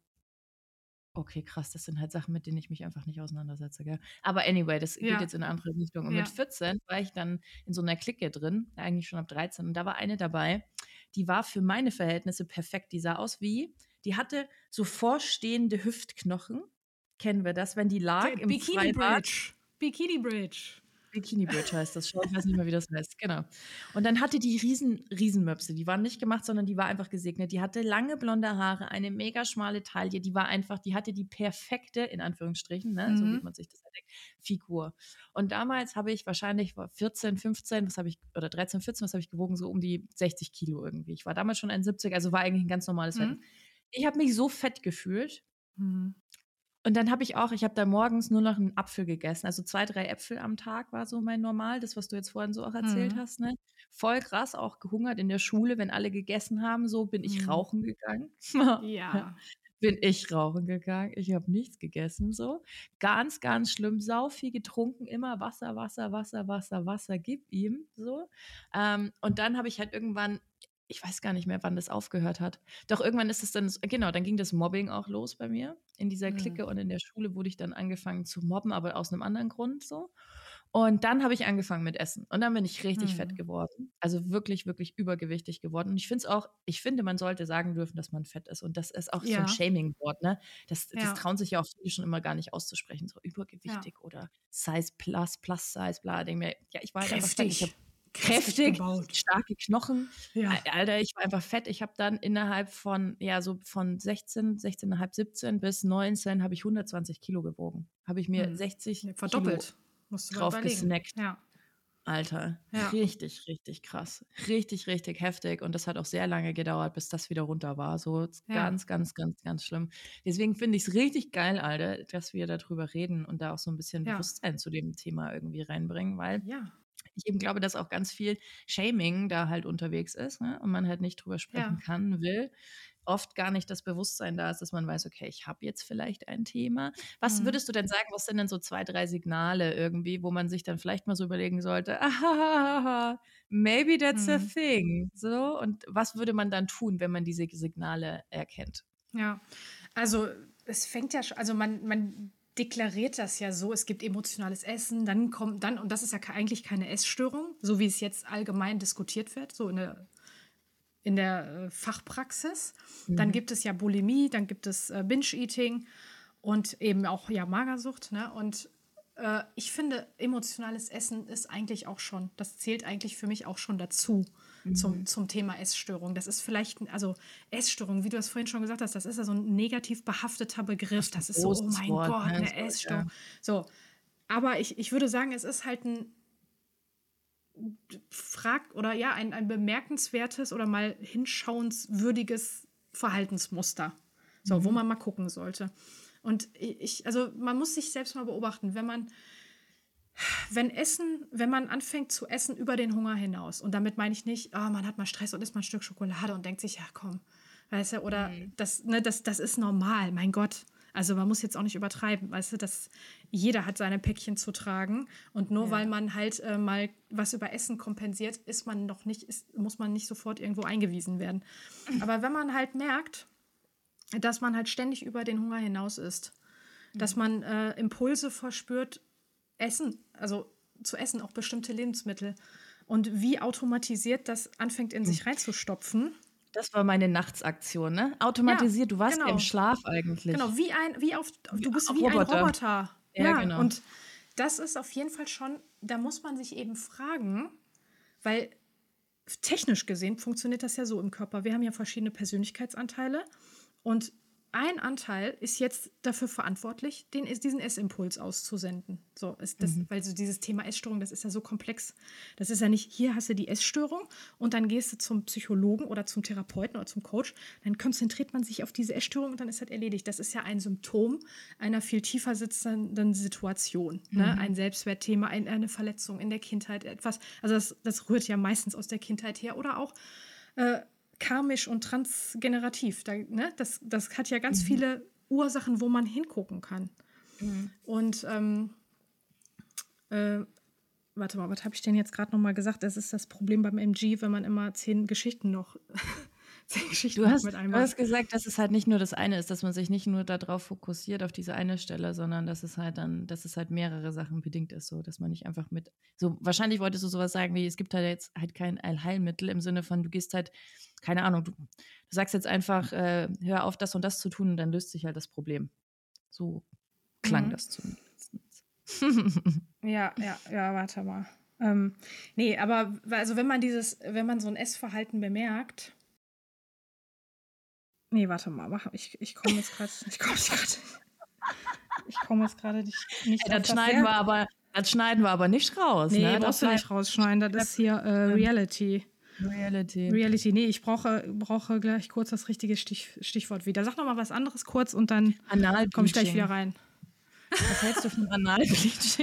[SPEAKER 1] okay, krass, das sind halt Sachen, mit denen ich mich einfach nicht auseinandersetze, gell? Aber anyway, das geht jetzt in eine andere Richtung. Und mit 14 war ich dann in so einer Clique drin, eigentlich schon ab 13. Und da war eine dabei, die war für meine Verhältnisse perfekt. Die sah aus wie, die hatte so vorstehende Hüftknochen. Kennen wir das, wenn die lag im Freibad?
[SPEAKER 2] Bikini Bridge.
[SPEAKER 1] Bikini Bridge heißt das schon, ich weiß nicht mehr, wie das heißt, genau. Und dann hatte die Riesenmöpse, die waren nicht gemacht, sondern die war einfach gesegnet. Die hatte lange blonde Haare, eine mega schmale Taille, die hatte die perfekte, in Anführungsstrichen, ne, so wie man sich das denkt, Figur. Und damals habe ich wahrscheinlich 14, 15, oder 13, 14, was habe ich gewogen, so um die 60 Kilo irgendwie. Ich war damals schon 71, also war eigentlich ein ganz normales Fett. Ich habe mich so fett gefühlt. Und dann habe ich da morgens nur noch einen Apfel gegessen. Also 2, 3 Äpfel am Tag war so mein Normal, das, was du jetzt vorhin so auch erzählt hast. Ne? Voll krass, auch gehungert in der Schule, wenn alle gegessen haben, so bin ich rauchen gegangen.
[SPEAKER 2] Ja.
[SPEAKER 1] Bin ich rauchen gegangen. Ich habe nichts gegessen, so. Ganz, ganz schlimm, sau viel getrunken, immer Wasser, gib ihm, so. Und dann habe ich halt irgendwann, ich weiß gar nicht mehr, wann das aufgehört hat. Doch irgendwann ist es dann, genau, dann ging das Mobbing auch los bei mir. In dieser Clique und in der Schule wurde ich dann angefangen zu mobben, aber aus einem anderen Grund so. Und dann habe ich angefangen mit Essen. Und dann bin ich richtig fett geworden. Also wirklich, wirklich übergewichtig geworden. Und ich finde, man sollte sagen dürfen, dass man fett ist. Und das ist auch so ein Shaming-Wort, ne? Das trauen sich ja auch viele schon immer gar nicht auszusprechen. So übergewichtig oder Size Plus Size, bla. Denke mir, ja, ich war halt einfach fett. kräftig,
[SPEAKER 2] gebaut.
[SPEAKER 1] starke Knochen.
[SPEAKER 2] Ja.
[SPEAKER 1] Alter, ich war einfach fett. Ich habe dann innerhalb von, von 16,5, 17 bis 19 habe ich 120 Kilo gewogen. Habe ich mir 60
[SPEAKER 2] verdoppelt.
[SPEAKER 1] Kilo
[SPEAKER 2] Musst du
[SPEAKER 1] drauf
[SPEAKER 2] überlegen.
[SPEAKER 1] gesnackt.
[SPEAKER 2] Ja.
[SPEAKER 1] Alter,
[SPEAKER 2] Ja.
[SPEAKER 1] richtig, richtig krass. Richtig, richtig heftig. Und das hat auch sehr lange gedauert, bis das wieder runter war. So ganz, ganz, ganz, ganz schlimm. Deswegen finde ich es richtig geil, Alter, dass wir darüber reden und da auch so ein bisschen Bewusstsein zu dem Thema irgendwie reinbringen, weil ich eben glaube, dass auch ganz viel Shaming da halt unterwegs ist, ne? Und man halt nicht drüber sprechen kann, will. Oft gar nicht das Bewusstsein da ist, dass man weiß, okay, ich habe jetzt vielleicht ein Thema. Was würdest du denn sagen, was sind denn so 2, 3 Signale irgendwie, wo man sich dann vielleicht mal so überlegen sollte, maybe that's a thing. So, und was würde man dann tun, wenn man diese Signale erkennt?
[SPEAKER 2] Ja, also es fängt ja schon, also man deklariert das ja so, es gibt emotionales Essen, dann kommt dann, und das ist ja eigentlich keine Essstörung, so wie es jetzt allgemein diskutiert wird, so in der Fachpraxis. Dann gibt es ja Bulimie, dann gibt es Binge-Eating und eben auch Magersucht. Ne? Und ich finde, emotionales Essen ist eigentlich auch schon, das zählt eigentlich für mich auch schon dazu zum Thema Essstörung. Das ist vielleicht, also Essstörung, wie du es vorhin schon gesagt hast, das ist ja so ein negativ behafteter Begriff. Das ist so, oh mein Gott, ne? Eine Essstörung. Ja. So, aber ich würde sagen, es ist halt ein ein bemerkenswertes oder mal hinschauenswürdiges Verhaltensmuster, so, wo man mal gucken sollte. Und also man muss sich selbst mal beobachten, wenn man anfängt zu essen über den Hunger hinaus, und damit meine ich nicht, man hat mal Stress und isst mal ein Stück Schokolade und denkt sich, ja komm, weißt du, oder das ist normal, mein Gott. Also man muss jetzt auch nicht übertreiben, weißt du, jeder hat seine Päckchen zu tragen, und nur weil man halt mal was über Essen kompensiert, muss man nicht sofort irgendwo eingewiesen werden. Aber wenn man halt merkt, dass man halt ständig über den Hunger hinaus isst, dass man Impulse verspürt, zu essen, auch bestimmte Lebensmittel, und wie automatisiert das anfängt in sich reinzustopfen.
[SPEAKER 1] Das war meine Nachtsaktion, ne? Automatisiert, du warst ja im Schlaf eigentlich.
[SPEAKER 2] Genau, du bist wie ein Roboter.
[SPEAKER 1] Ja, genau.
[SPEAKER 2] Und das ist auf jeden Fall schon, da muss man sich eben fragen, weil technisch gesehen funktioniert das ja so im Körper. Wir haben ja verschiedene Persönlichkeitsanteile, und ein Anteil ist jetzt dafür verantwortlich, diesen Essimpuls auszusenden. So ist das, weil so dieses Thema Essstörung, das ist ja so komplex. Das ist ja nicht, hier hast du die Essstörung und dann gehst du zum Psychologen oder zum Therapeuten oder zum Coach, dann konzentriert man sich auf diese Essstörung und dann ist das erledigt. Das ist ja ein Symptom einer viel tiefer sitzenden Situation. Ne? Ein Selbstwertthema, eine Verletzung in der Kindheit, etwas. Also das rührt ja meistens aus der Kindheit her oder auch karmisch und transgenerativ. Das hat ja ganz viele Ursachen, wo man hingucken kann. Und warte mal, was habe ich denn jetzt gerade noch mal gesagt? Das ist das Problem beim MG, wenn man immer 10 Geschichten noch
[SPEAKER 1] Du hast gesagt, dass es halt nicht nur das eine ist, dass man sich nicht nur darauf fokussiert, auf diese eine Stelle, sondern dass es halt mehrere Sachen bedingt ist, so, dass man nicht einfach so, wahrscheinlich wolltest du sowas sagen wie, es gibt halt jetzt halt kein Allheilmittel im Sinne von, du gehst halt, keine Ahnung, du sagst jetzt einfach, hör auf, das und das zu tun, und dann löst sich halt das Problem. So klang das zumindest.
[SPEAKER 2] Ja, warte mal. Nee, aber also wenn man so ein Essverhalten bemerkt. Nee, warte mal, ich komme jetzt gerade nicht.
[SPEAKER 1] Das schneiden wir aber nicht raus.
[SPEAKER 2] Nee,
[SPEAKER 1] ne?
[SPEAKER 2] brauchst du nicht rausschneiden, das ist hier Reality. Nee, ich brauche gleich kurz das richtige Stichwort wieder. Sag noch mal was anderes kurz und dann komme ich gleich wieder rein.
[SPEAKER 1] Was hältst du von Analbleaching?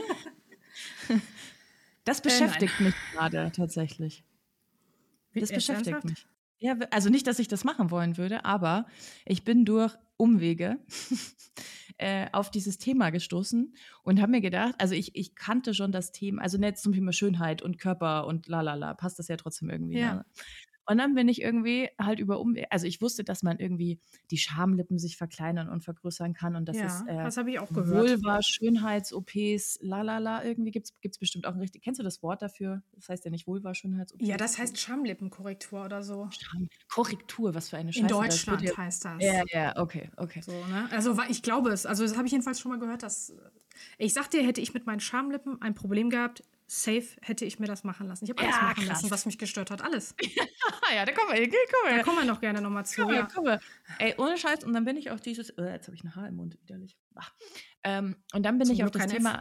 [SPEAKER 1] Das beschäftigt mich gerade tatsächlich. Das beschäftigt mich. Ja, also nicht, dass ich das machen wollen würde, aber ich bin durch Umwege auf dieses Thema gestoßen und habe mir gedacht, also ich kannte schon das Thema, also nicht zum Thema Schönheit und Körper und lalala, passt das ja trotzdem irgendwie.
[SPEAKER 2] Ja.
[SPEAKER 1] Ne? Und dann bin ich irgendwie halt über Umwege, also ich wusste, dass man irgendwie die Schamlippen sich verkleinern und vergrößern kann und das ist
[SPEAKER 2] das habe ich auch gehört.
[SPEAKER 1] Vulva, Schönheits-OPs, lalala, irgendwie gibt's bestimmt auch ein richtig, kennst du das Wort dafür? Das heißt ja nicht Vulva, Schönheits-OPs.
[SPEAKER 2] Ja, das heißt Schamlippenkorrektur oder so.
[SPEAKER 1] Korrektur, was für eine Scheiße.
[SPEAKER 2] In Deutschland heißt das.
[SPEAKER 1] Ja, okay.
[SPEAKER 2] So, ne? Also ich glaube es, also das habe ich jedenfalls schon mal gehört, dass, ich sag dir, hätte ich mit meinen Schamlippen ein Problem gehabt, safe hätte ich mir das machen lassen. Ich habe alles machen lassen, was mich gestört hat. Alles.
[SPEAKER 1] Ja, da kommen
[SPEAKER 2] wir noch gerne nochmal zu.
[SPEAKER 1] Komm mal. Ey, ohne Scheiß. Und dann bin ich auf dieses... jetzt habe ich ein Haar im Mund, widerlich. Und dann bin ich auf das Thema...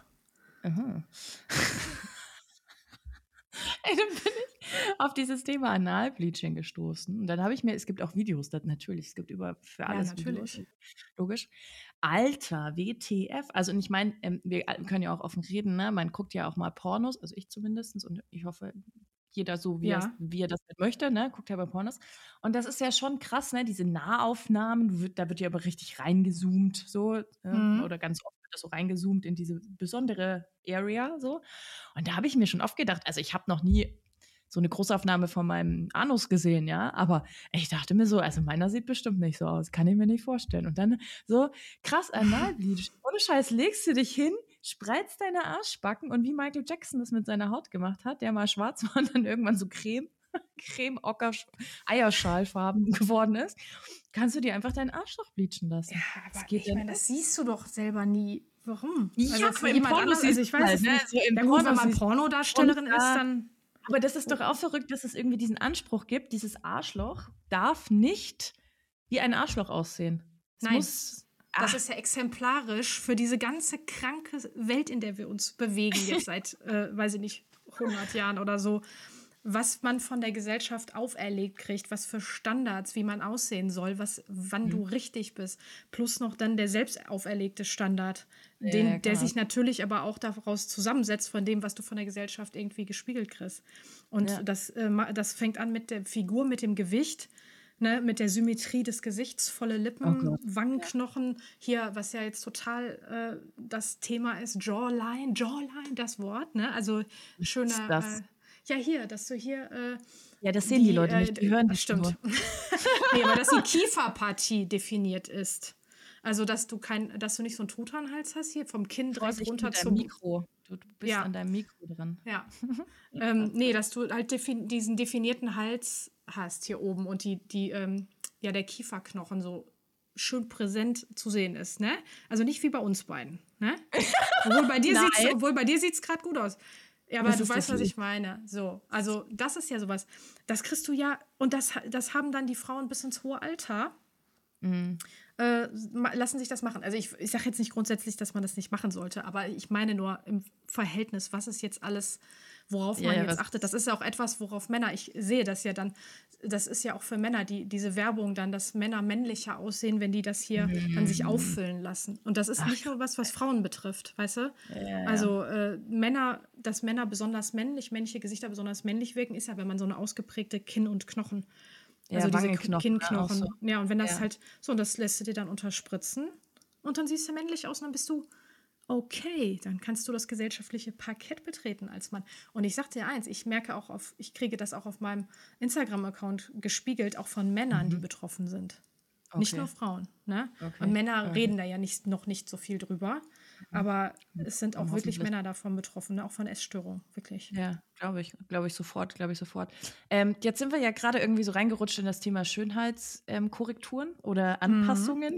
[SPEAKER 1] Ey, dann bin ich auf dieses Thema Analbleaching gestoßen. Und dann habe ich mir, es gibt auch Videos, natürlich, es gibt für alles Videos. Logisch. Alter, WTF. Also, und ich meine, wir können ja auch offen reden, ne? Man guckt ja auch mal Pornos, also ich zumindest, und ich hoffe, jeder so, wie er das möchte, ne? Guckt ja bei Pornos. Und das ist ja schon krass, ne? Diese Nahaufnahmen, da wird ja aber richtig reingezoomt, so, oder ganz oft wird das so reingezoomt in diese besondere Area, so. Und da habe ich mir schon oft gedacht, also ich habe noch nie so eine Großaufnahme von meinem Anus gesehen, ja, aber ich dachte mir so, also meiner sieht bestimmt nicht so aus, kann ich mir nicht vorstellen. Und dann so, krass, Analbleach, ohne Scheiß, legst du dich hin, spreizt deine Arschbacken und wie Michael Jackson das mit seiner Haut gemacht hat, der mal schwarz war und dann irgendwann so Creme, Ocker, Eierschalfarben geworden ist, kannst du dir einfach deinen Arsch doch bleachen lassen.
[SPEAKER 2] Ja, aber ich meine, das siehst du doch selber nie. Warum?
[SPEAKER 1] Ja, also für jemand anderes,
[SPEAKER 2] also ich weiß es nicht. Also ja gut, wenn man Pornodarstellerin ist, dann...
[SPEAKER 1] Aber das ist doch auch verrückt, dass es irgendwie diesen Anspruch gibt, dieses Arschloch darf nicht wie ein Arschloch aussehen.
[SPEAKER 2] Nein, das ist ja exemplarisch für diese ganze kranke Welt, in der wir uns bewegen, jetzt seit, weiß ich nicht, 100 Jahren oder so. Was man von der Gesellschaft auferlegt kriegt, was für Standards, wie man aussehen soll, wann du richtig bist. Plus noch dann der selbst auferlegte Standard, der sich natürlich aber auch daraus zusammensetzt von dem, was du von der Gesellschaft irgendwie gespiegelt kriegst. Und das fängt an mit der Figur, mit dem Gewicht, ne, mit der Symmetrie des Gesichts, volle Lippen, Wangenknochen. Hier, was ja jetzt total das Thema ist, Jawline, das Wort. Ne? Also schöner... Ja, hier, dass du hier...
[SPEAKER 1] ja, das sehen die Leute nicht, die hören das
[SPEAKER 2] stimmt. Nee, aber dass die Kieferpartie definiert ist. Also, dass du nicht so einen Truthahnhals hast, hier vom Kinn direkt runter zum
[SPEAKER 1] Mikro. Du bist an deinem Mikro dran.
[SPEAKER 2] Ja. Nee, dass du halt diesen definierten Hals hast hier oben und der Kieferknochen so schön präsent zu sehen ist, ne? Also nicht wie bei uns beiden, ne? Obwohl bei dir sieht's gerade gut aus. Ja, aber du weißt, was ich meine. So, also das ist ja sowas. Das kriegst du ja, und das haben dann die Frauen bis ins hohe Alter, lassen sich das machen. Also ich sage jetzt nicht grundsätzlich, dass man das nicht machen sollte, aber ich meine nur im Verhältnis, was ist jetzt alles, worauf man jetzt achtet. Das ist ja auch etwas, worauf Männer, ich sehe das ja dann, das ist ja auch für Männer, diese Werbung dann, dass Männer männlicher aussehen, wenn die das hier an sich auffüllen lassen. Und das ist nicht nur was Frauen betrifft, weißt du? Ja. Also dass Männer besonders männliche Gesichter besonders männlich wirken, ist ja, wenn man so eine ausgeprägte Kinn- und Knochen, also diese Kinnknochen. So. Ja, und wenn das halt, so, und das lässt du dir dann unterspritzen und dann siehst du männlich aus und dann bist du okay, dann kannst du das gesellschaftliche Parkett betreten als Mann. Und ich sag dir eins, ich merke auch ich kriege das auch auf meinem Instagram-Account gespiegelt, auch von Männern, die betroffen sind. Okay. Nicht nur Frauen, ne? Okay. Und Männer reden da ja noch nicht so viel drüber. Aber es sind auch wirklich Männer davon betroffen, auch von Essstörungen, wirklich.
[SPEAKER 1] Ja, glaube ich sofort. Jetzt sind wir ja gerade irgendwie so reingerutscht in das Thema Schönheitskorrekturen oder Anpassungen.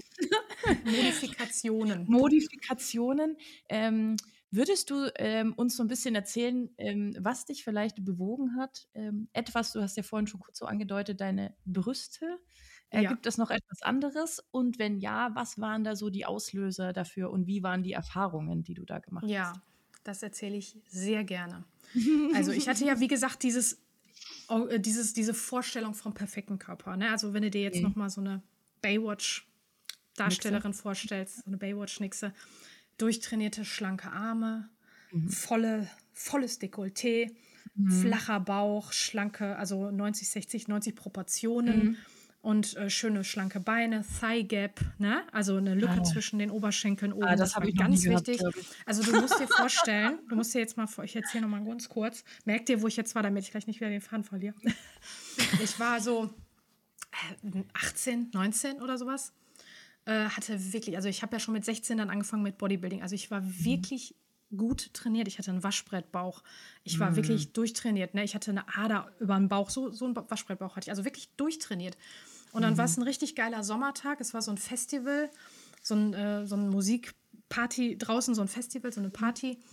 [SPEAKER 1] Modifikationen. Würdest du uns so ein bisschen erzählen, was dich vielleicht bewogen hat? Du hast ja vorhin schon kurz so angedeutet, deine Brüste. Gibt es noch etwas anderes? Und wenn ja, was waren da so die Auslöser dafür und wie waren die Erfahrungen, die du da gemacht hast?
[SPEAKER 2] Ja, das erzähle ich sehr gerne. Also ich hatte ja, wie gesagt, diese Vorstellung vom perfekten Körper. Ne? Also wenn du dir jetzt nochmal so eine Baywatch-Darstellerin vorstellst, so eine Baywatch-Nixe, durchtrainierte, schlanke Arme, volles Dekolleté, flacher Bauch, schlanke, also 90 Proportionen und schöne, schlanche Beine, Thigh Gap, ne? Also eine Lücke zwischen den Oberschenkeln oben.
[SPEAKER 1] Das habe ich ganz wichtig.
[SPEAKER 2] Also du musst dir vorstellen, ich erzähle noch mal ganz kurz, merk dir, wo ich jetzt war, damit ich gleich nicht wieder den Faden verliere. Ich war so 18, 19 oder sowas. Hatte wirklich, also ich habe ja schon mit 16 dann angefangen mit Bodybuilding. Also ich war wirklich gut trainiert. Ich hatte einen Waschbrettbauch. Ich war wirklich durchtrainiert. Ne? Ich hatte eine Ader über den Bauch. So einen Waschbrettbauch hatte ich. Also wirklich durchtrainiert. Und dann war es ein richtig geiler Sommertag. Es war so ein Festival, so ein Musikparty draußen, so ein Festival, so eine Party.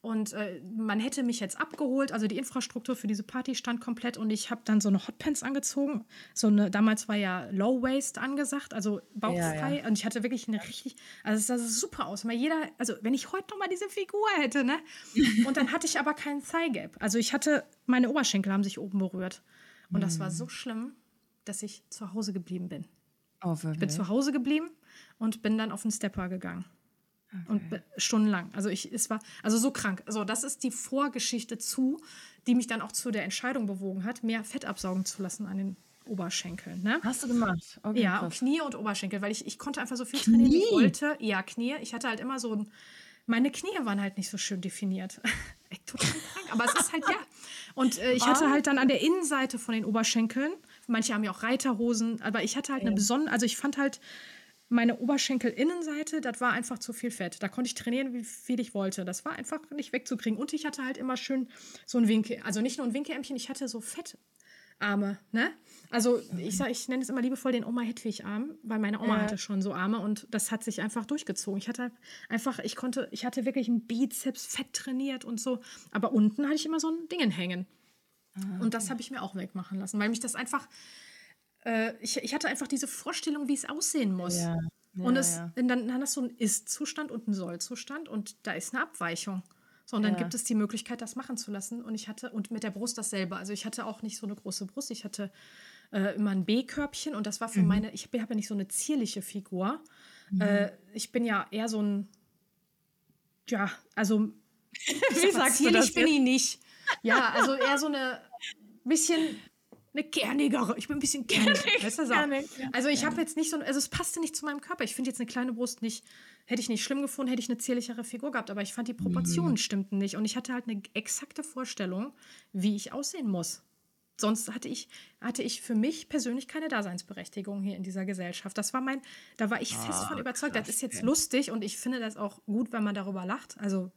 [SPEAKER 2] und man hätte mich jetzt abgeholt. Also die Infrastruktur für diese Party stand komplett und ich habe dann so eine Hotpants angezogen. Damals war ja Low Waist angesagt, also bauchfrei. Und ich hatte wirklich eine richtig, also es sah super aus. Also wenn ich heute noch mal diese Figur hätte, ne? Und dann hatte ich aber keinen Thigh Gap. Also meine Oberschenkel haben sich oben berührt. Und das war so schlimm, dass ich zu Hause geblieben bin.
[SPEAKER 1] Oh,
[SPEAKER 2] ich bin zu Hause geblieben und bin dann auf den Stepper gegangen. Okay. Und stundenlang. Es war so krank. Also das ist die Vorgeschichte die mich dann auch zu der Entscheidung bewogen hat, mehr Fett absaugen zu lassen an den Oberschenkeln. Ne?
[SPEAKER 1] Hast du gemacht? Okay,
[SPEAKER 2] ja, und Knie und Oberschenkel, weil ich konnte einfach so viel trainieren, wie ich wollte. Ja, Knie. Ich hatte halt immer meine Knie waren halt nicht so schön definiert. Echt total krank, aber es ist halt, ja. Und ich hatte halt dann an der Innenseite von den Oberschenkeln, manche haben ja auch Reiterhosen, aber ich hatte halt also ich fand halt, meine Oberschenkelinnenseite, das war einfach zu viel Fett. Da konnte ich trainieren, wie viel ich wollte. Das war einfach nicht wegzukriegen. Und ich hatte halt immer schön so ein Winkel, also nicht nur ein Winkelämmchen, ich hatte so Fettarme, ne? Also ich nenne es immer liebevoll den Oma-Hedwig-Arm, weil meine Oma hatte schon so Arme und das hat sich einfach durchgezogen. Ich hatte wirklich einen Bizeps fett trainiert und so. Aber unten hatte ich immer so ein Ding hängen. Und das habe ich mir auch wegmachen lassen, weil mich das einfach... Ich hatte einfach diese Vorstellung, wie es aussehen muss. Ja, und dann hat das so einen Ist-Zustand und einen Soll-Zustand und da ist eine Abweichung. So, und dann gibt es die Möglichkeit, das machen zu lassen. Und mit der Brust dasselbe. Also ich hatte auch nicht so eine große Brust. Ich hatte immer ein B-Körbchen und das war für ich habe ja nicht so eine zierliche Figur. Ich bin ja eher so ein, ja, also
[SPEAKER 1] wie sagst du das?
[SPEAKER 2] Bin ich nicht. Ja, also eher so eine bisschen... eine kernigere. Ich bin ein bisschen kernig. Weißt du, so. Also ich habe jetzt nicht so, also es passte nicht zu meinem Körper. Ich finde jetzt eine kleine Brust hätte ich nicht schlimm gefunden, hätte ich eine zierlichere Figur gehabt, aber ich fand die Proportionen stimmten nicht und ich hatte halt eine exakte Vorstellung, wie ich aussehen muss. Sonst hatte ich für mich persönlich keine Daseinsberechtigung hier in dieser Gesellschaft. Da war ich fest von überzeugt. Krass, das ist jetzt lustig und ich finde das auch gut, wenn man darüber lacht. Also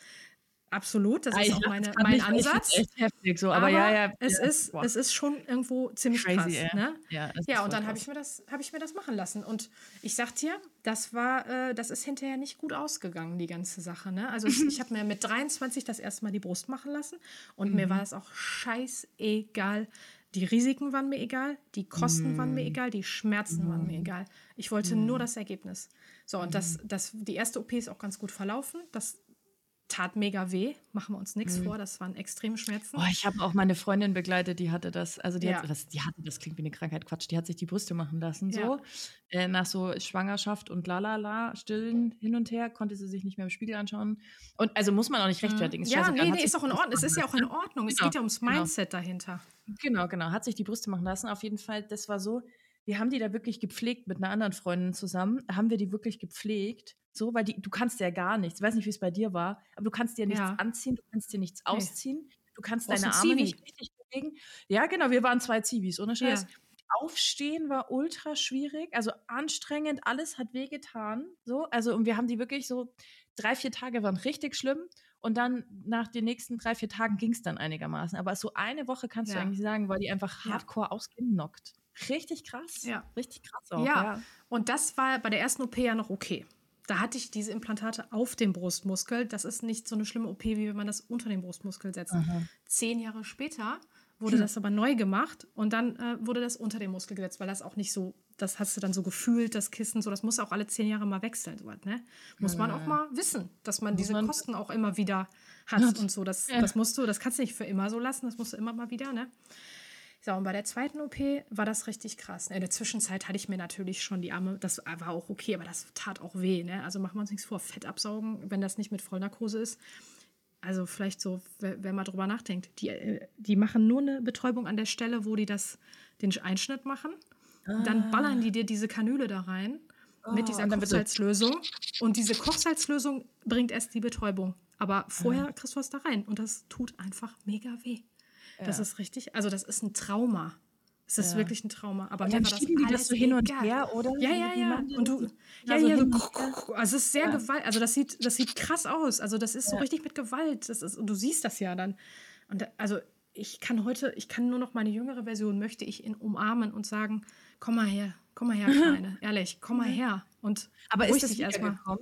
[SPEAKER 2] absolut, das ist auch mein Ansatz.
[SPEAKER 1] Echt heftig so, aber
[SPEAKER 2] es ist schon irgendwo ziemlich
[SPEAKER 1] crazy,
[SPEAKER 2] krass. Ne?
[SPEAKER 1] Ja,
[SPEAKER 2] und dann habe ich mir das machen lassen. Und ich sag dir, das ist hinterher nicht gut ausgegangen, die ganze Sache. Ne? Also ich habe mir mit 23 das erste Mal die Brust machen lassen und mir war es auch scheißegal. Die Risiken waren mir egal, die Kosten waren mir egal, die Schmerzen waren mir egal. Ich wollte nur das Ergebnis. So, und die erste OP ist auch ganz gut verlaufen. Das tat mega weh, machen wir uns nichts vor, das waren extreme Schmerzen.
[SPEAKER 1] Ich habe auch meine Freundin begleitet, die hatte das, also das klingt wie eine Krankheit, Quatsch, die hat sich die Brüste machen lassen, so. Nach so Schwangerschaft und Stillen hin und her, konnte sie sich nicht mehr im Spiegel anschauen. Und also muss man auch nicht rechtfertigen.
[SPEAKER 2] Ist auch in Ordnung, es ist ja auch in Ordnung, es geht ja ums Mindset dahinter.
[SPEAKER 1] Genau, hat sich die Brüste machen lassen, auf jeden Fall, das war so, wir haben die da wirklich gepflegt mit einer anderen Freundin zusammen, haben wir die wirklich gepflegt, so, weil du kannst ja gar nichts, ich weiß nicht, wie es bei dir war, aber du kannst dir nichts anziehen, du kannst dir nichts ausziehen, du kannst deine Arme nicht richtig bewegen. Ja, genau, wir waren 2 Zivis, ohne Scheiß. Ja. Aufstehen war ultra schwierig, also anstrengend, alles hat wehgetan, so, also und wir haben die wirklich so, 3-4 Tage waren richtig schlimm und dann nach den nächsten 3-4 Tagen ging es dann einigermaßen, aber so eine Woche kannst du eigentlich sagen, weil die einfach hardcore ausgenockt. Richtig krass, richtig krass auch. Ja,
[SPEAKER 2] und das war bei der ersten OP ja noch okay. Da hatte ich diese Implantate auf dem Brustmuskel. Das ist nicht so eine schlimme OP, wie wenn man das unter den Brustmuskel setzt. 10 Jahre später wurde das aber neu gemacht und dann wurde das unter den Muskel gesetzt, weil das auch nicht so, das hast du dann so gefühlt, das Kissen, so, das muss auch alle 10 Jahre mal wechseln. So was, ne? Muss man auch mal wissen, dass man diese Kosten auch immer wieder hat und so. Das kannst du nicht für immer so lassen, das musst du immer mal wieder, ne? So, und bei der zweiten OP war das richtig krass. In der Zwischenzeit hatte ich mir natürlich schon die Arme, das war auch okay, aber das tat auch weh. Ne? Also machen wir uns nichts vor, Fett absaugen, wenn das nicht mit Vollnarkose ist. Also vielleicht so, wer mal drüber nachdenkt. Die machen nur eine Betäubung an der Stelle, wo die den Einschnitt machen. Dann ballern die dir diese Kanüle da rein mit dieser Kochsalzlösung. Und diese Kochsalzlösung bringt erst die Betäubung. Aber vorher kriegst du was da rein. Und das tut einfach mega weh. Das ist richtig, also das ist ein Trauma. Es ist wirklich ein Trauma. Aber
[SPEAKER 1] dann schieben die das so hin und her, oder?
[SPEAKER 2] Ja. Und du, also es ist sehr Gewalt, also das sieht krass aus. Also das ist so richtig mit Gewalt. Und du siehst das ja dann. Und also ich kann nur noch meine jüngere Version, möchte ich ihn umarmen und sagen, komm mal her, Kleine, ehrlich, komm mal her. Und
[SPEAKER 1] aber ist das erstmal gekommen?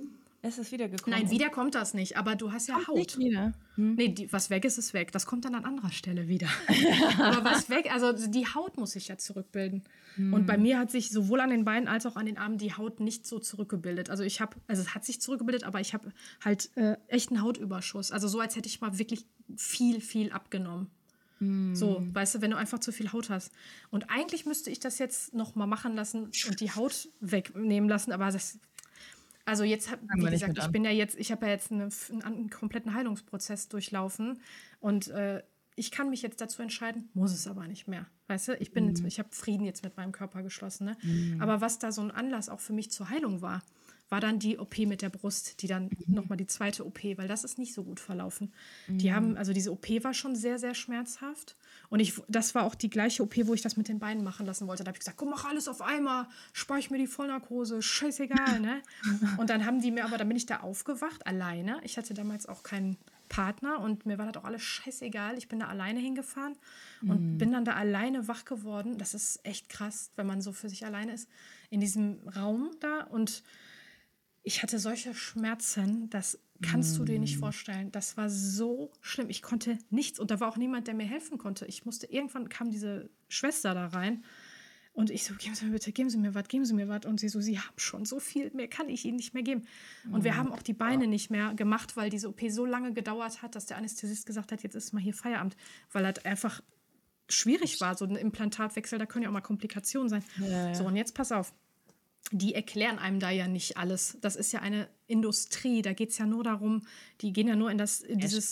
[SPEAKER 1] Es ist wiedergekommen.
[SPEAKER 2] Nein, wieder kommt das nicht, aber du hast ja
[SPEAKER 1] Kommt
[SPEAKER 2] Haut.
[SPEAKER 1] nicht wieder.
[SPEAKER 2] Nee, was weg ist, ist weg. Das kommt dann an anderer Stelle wieder. Aber was weg, also die Haut muss sich ja zurückbilden. Und bei mir hat sich sowohl an den Beinen als auch an den Armen die Haut nicht so zurückgebildet. Also es hat sich zurückgebildet, aber ich habe halt echt einen Hautüberschuss. Also so, als hätte ich mal wirklich viel, viel abgenommen. So, weißt du, wenn du einfach zu viel Haut hast. Und eigentlich müsste ich das jetzt noch mal machen lassen und die Haut wegnehmen lassen, aber also jetzt, wie gesagt, ich habe ja jetzt einen kompletten Heilungsprozess durchlaufen und ich kann mich jetzt dazu entscheiden, muss es aber nicht mehr. Weißt du, ich habe Frieden jetzt mit meinem Körper geschlossen. Ne? Aber was da so ein Anlass auch für mich zur Heilung war dann die OP mit der Brust, die dann nochmal die zweite OP, weil das ist nicht so gut verlaufen. Also diese OP war schon sehr, sehr schmerzhaft. Und das war auch die gleiche OP, wo ich das mit den Beinen machen lassen wollte. Da habe ich gesagt, komm, mach alles auf einmal, spare ich mir die Vollnarkose, scheißegal, ne? Und dann bin ich da aufgewacht, alleine. Ich hatte damals auch keinen Partner und mir war das auch alles scheißegal. Ich bin da alleine hingefahren und bin dann da alleine wach geworden. Das ist echt krass, wenn man so für sich alleine ist, in diesem Raum da. Und ich hatte solche Schmerzen, das kannst du dir nicht vorstellen. Das war so schlimm. Ich konnte nichts und da war auch niemand, der mir helfen konnte. Irgendwann kam diese Schwester da rein und ich so, geben Sie mir bitte, geben Sie mir was. Und sie so, Sie haben schon so viel, mehr kann ich Ihnen nicht mehr geben. Und wir haben auch die Beine nicht mehr gemacht, weil diese OP so lange gedauert hat, dass der Anästhesist gesagt hat, jetzt ist mal hier Feierabend, weil das einfach schwierig war. So ein Implantatwechsel, da können ja auch mal Komplikationen sein. Ja. So, und jetzt pass auf. Die erklären einem da ja nicht alles. Das ist ja eine Industrie, da geht es ja nur darum, die gehen ja nur in dieses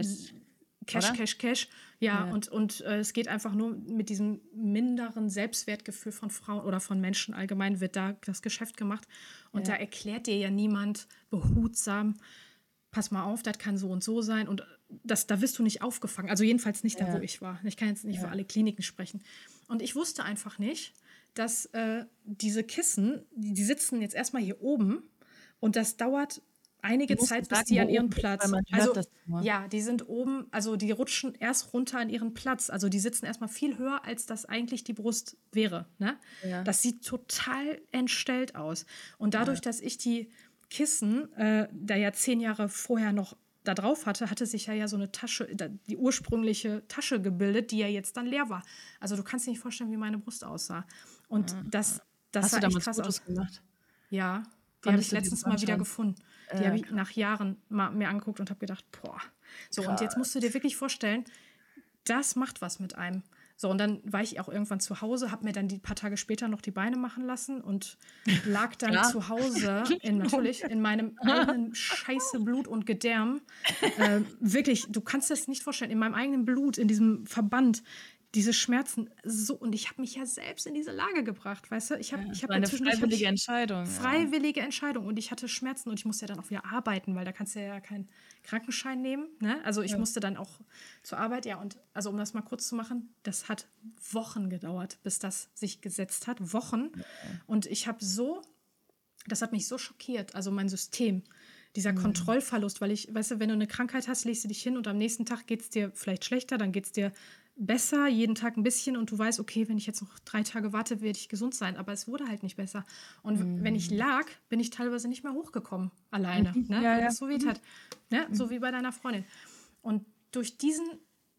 [SPEAKER 2] Cash. Ja. Und es geht einfach nur mit diesem minderen Selbstwertgefühl von Frauen oder von Menschen allgemein wird da das Geschäft gemacht. Und da erklärt dir ja niemand behutsam, pass mal auf, das kann so und so sein. Und da wirst du nicht aufgefangen. Also jedenfalls nicht da, wo ich war. Ich kann jetzt nicht für alle Kliniken sprechen. Und ich wusste einfach nicht, dass diese Kissen, die sitzen jetzt erstmal hier oben und das dauert einige Zeit, bis die an ihren Platz. Die sind oben, also die rutschen erst runter an ihren Platz. Also die sitzen erstmal viel höher, als das eigentlich die Brust wäre. Ne? Ja. Das sieht total entstellt aus. Und dadurch, dass ich die Kissen, da ja 10 Jahre vorher noch da drauf hatte sich ja so eine Tasche, die ursprüngliche Tasche gebildet, die ja jetzt dann leer war. Also du kannst dir nicht vorstellen, wie meine Brust aussah. Und das sah echt krass aus. Gemacht? Ja, die habe ich letztens mal wieder gefunden. Die habe ich nach Jahren mal mir angeguckt und habe gedacht, boah. So, krass. Und jetzt musst du dir wirklich vorstellen, das macht was mit einem. So, und dann war ich auch irgendwann zu Hause, habe mir dann die paar Tage später noch die Beine machen lassen und lag dann zu Hause in meinem eigenen Scheiße Blut und Gedärm. Wirklich, du kannst das nicht vorstellen, in meinem eigenen Blut, in diesem Verband, diese Schmerzen so, und ich habe mich ja selbst in diese Lage gebracht, weißt du? Ich habe
[SPEAKER 1] eine freiwillige Entscheidung.
[SPEAKER 2] Freiwillige Entscheidung und ich hatte Schmerzen und ich musste ja dann auch wieder arbeiten, weil da kannst du ja keinen Krankenschein nehmen, ne? Also ich musste dann auch zur Arbeit, und also um das mal kurz zu machen, das hat Wochen gedauert, bis das sich gesetzt hat, Wochen. Und das hat mich so schockiert, also mein System, dieser Kontrollverlust, weil weißt du, wenn du eine Krankheit hast, legst du dich hin und am nächsten Tag geht es dir vielleicht schlechter, dann geht es dir besser, jeden Tag ein bisschen und du weißt, okay, wenn ich jetzt noch 3 Tage warte, werde ich gesund sein, aber es wurde halt nicht besser. Und wenn ich lag, bin ich teilweise nicht mehr hochgekommen, alleine, ne? Weil das so weh hat, ne? So wie bei deiner Freundin. Und durch diesen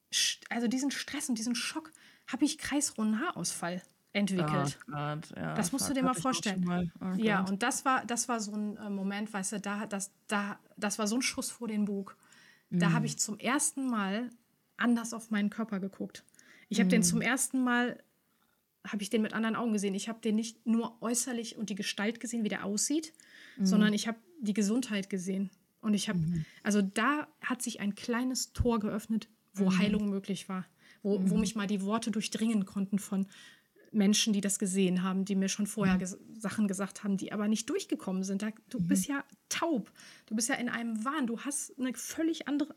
[SPEAKER 2] Stress und diesen Schock habe ich kreisrunden Haarausfall entwickelt. Oh Gott, das musst du dir mal vorstellen. Ja, und das war so ein Moment, weißt du, das war so ein Schuss vor den Bug. Da habe ich zum ersten Mal anders auf meinen Körper geguckt. Ich habe den zum ersten Mal, mit anderen Augen gesehen. Ich habe den nicht nur äußerlich und die Gestalt gesehen, wie der aussieht, sondern ich habe die Gesundheit gesehen. Und also da hat sich ein kleines Tor geöffnet, wo Heilung möglich war. Wo mich mal die Worte durchdringen konnten von Menschen, die das gesehen haben, die mir schon vorher Sachen gesagt haben, die aber nicht durchgekommen sind. Du bist ja taub. Du bist ja in einem Wahn. Du hast eine völlig andere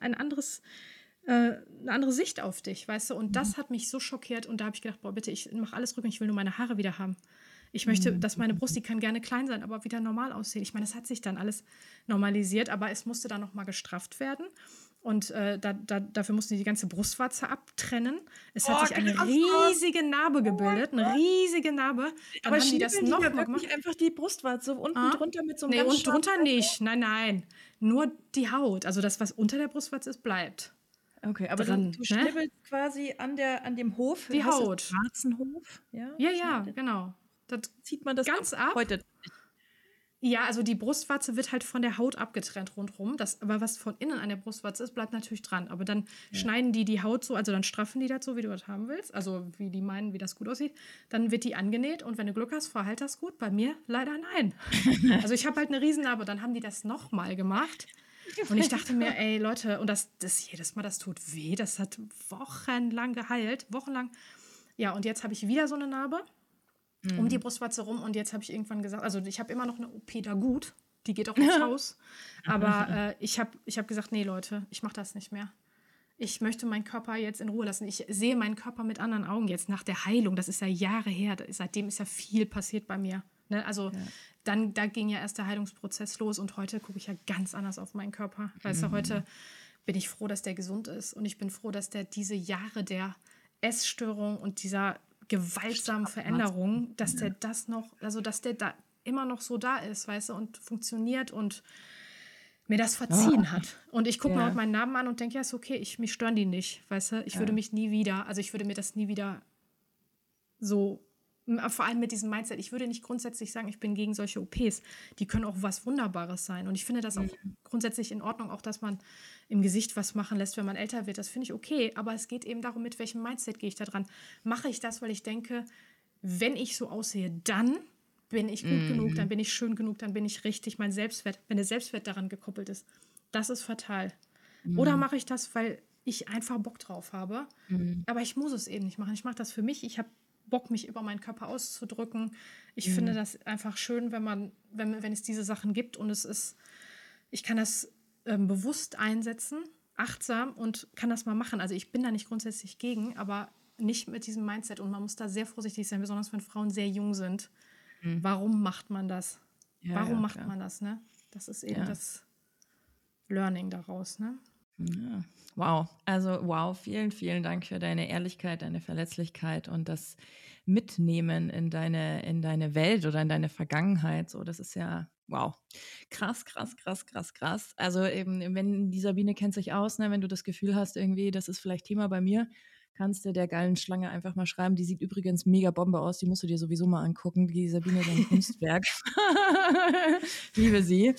[SPEAKER 2] Sicht auf dich, weißt du? Und das hat mich so schockiert und da habe ich gedacht, boah, bitte, ich mache alles rückgängig, ich will nur meine Haare wieder haben. Ich möchte, dass meine Brust, die kann gerne klein sein, aber wieder normal aussehen. Ich meine, es hat sich dann alles normalisiert, aber es musste dann nochmal gestrafft werden. Und dafür mussten die ganze Brustwarze abtrennen. Es hat sich eine riesige Narbe gebildet, eine riesige Narbe. Dann
[SPEAKER 1] Aber
[SPEAKER 2] haben die das noch mal gemacht.
[SPEAKER 1] einfach die Brustwarze unten drunter mit so einem
[SPEAKER 2] Nee,
[SPEAKER 1] ganz
[SPEAKER 2] unten drunter nicht. Nein. Nur die Haut. Also das, was unter der Brustwarze ist, bleibt.
[SPEAKER 1] Okay, aber
[SPEAKER 2] dran,
[SPEAKER 1] du schnibbelst quasi an dem Hof.
[SPEAKER 2] Die Haut.
[SPEAKER 1] Warzenhof.
[SPEAKER 2] Ja, genau. Das
[SPEAKER 1] zieht man das
[SPEAKER 2] ganz ab.
[SPEAKER 1] Heute.
[SPEAKER 2] Ja, also die Brustwarze wird halt von der Haut abgetrennt rundherum. Aber was von innen an der Brustwarze ist, bleibt natürlich dran. Aber dann schneiden die Haut so, also dann straffen die das so, wie du das haben willst. Also wie die meinen, wie das gut aussieht. Dann wird die angenäht und wenn du Glück hast, verheilt das gut. Bei mir leider nein. Also ich habe halt eine Riesennarbe. Dann haben die das nochmal gemacht. Und ich dachte mir, ey Leute, und das jedes Mal, das tut weh. Das hat wochenlang geheilt. Wochenlang. Ja, und jetzt habe ich wieder so eine Narbe um die Brustwarze rum. Und jetzt habe ich irgendwann gesagt, also ich habe immer noch eine OP da gut. Die geht auch ins Haus. Aber ich hab gesagt, nee Leute, ich mache das nicht mehr. Ich möchte meinen Körper jetzt in Ruhe lassen. Ich sehe meinen Körper mit anderen Augen jetzt nach der Heilung. Das ist ja Jahre her. Seitdem ist ja viel passiert bei mir. Ne? Also da ging ja erst der Heilungsprozess los. Und heute gucke ich ja ganz anders auf meinen Körper. Weißt du, heute bin ich froh, dass der gesund ist. Und ich bin froh, dass der diese Jahre der Essstörung und dieser gewaltsamen Veränderung, dass der das noch, also dass der da immer noch so da ist, weißt du, und funktioniert und mir das verziehen hat. Und ich gucke mir heute meinen Namen an und denke, ja, ist okay, mich stören die nicht, weißt du. Ich würde mich nie wieder, also ich würde mir das nie wieder so, vor allem mit diesem Mindset, ich würde nicht grundsätzlich sagen, ich bin gegen solche OPs. Die können auch was Wunderbares sein. Und ich finde das auch grundsätzlich in Ordnung, auch dass man im Gesicht was machen lässt, wenn man älter wird. Das finde ich okay. Aber es geht eben darum, mit welchem Mindset gehe ich da dran. Mache ich das, weil ich denke, wenn ich so aussehe, dann bin ich gut genug, dann bin ich schön genug, dann bin ich richtig, mein Selbstwert, wenn der Selbstwert daran gekoppelt ist. Das ist fatal. Oder mache ich das, weil ich einfach Bock drauf habe. Aber ich muss es eben nicht machen. Ich mache das für mich. Ich habe Bock, mich über meinen Körper auszudrücken. Ich finde das einfach schön, wenn es diese Sachen gibt und ich kann das bewusst einsetzen, achtsam und kann das mal machen. Also ich bin da nicht grundsätzlich gegen, aber nicht mit diesem Mindset und man muss da sehr vorsichtig sein, besonders wenn Frauen sehr jung sind. Warum macht man das? Warum macht man das, ne? Das ist eben das Learning daraus, ne?
[SPEAKER 1] Ja. Wow, also wow, vielen, vielen Dank für deine Ehrlichkeit, deine Verletzlichkeit und das Mitnehmen in deine Welt oder in deine Vergangenheit. So, das ist ja, wow, krass. Also eben, wenn die Sabine kennt sich aus, ne, wenn du das Gefühl hast, irgendwie, das ist vielleicht Thema bei mir, kannst du der geilen Schlange einfach mal schreiben. Die sieht übrigens mega Bombe aus, die musst du dir sowieso mal angucken. Die Sabine ist ein Kunstwerk. Ich liebe sie.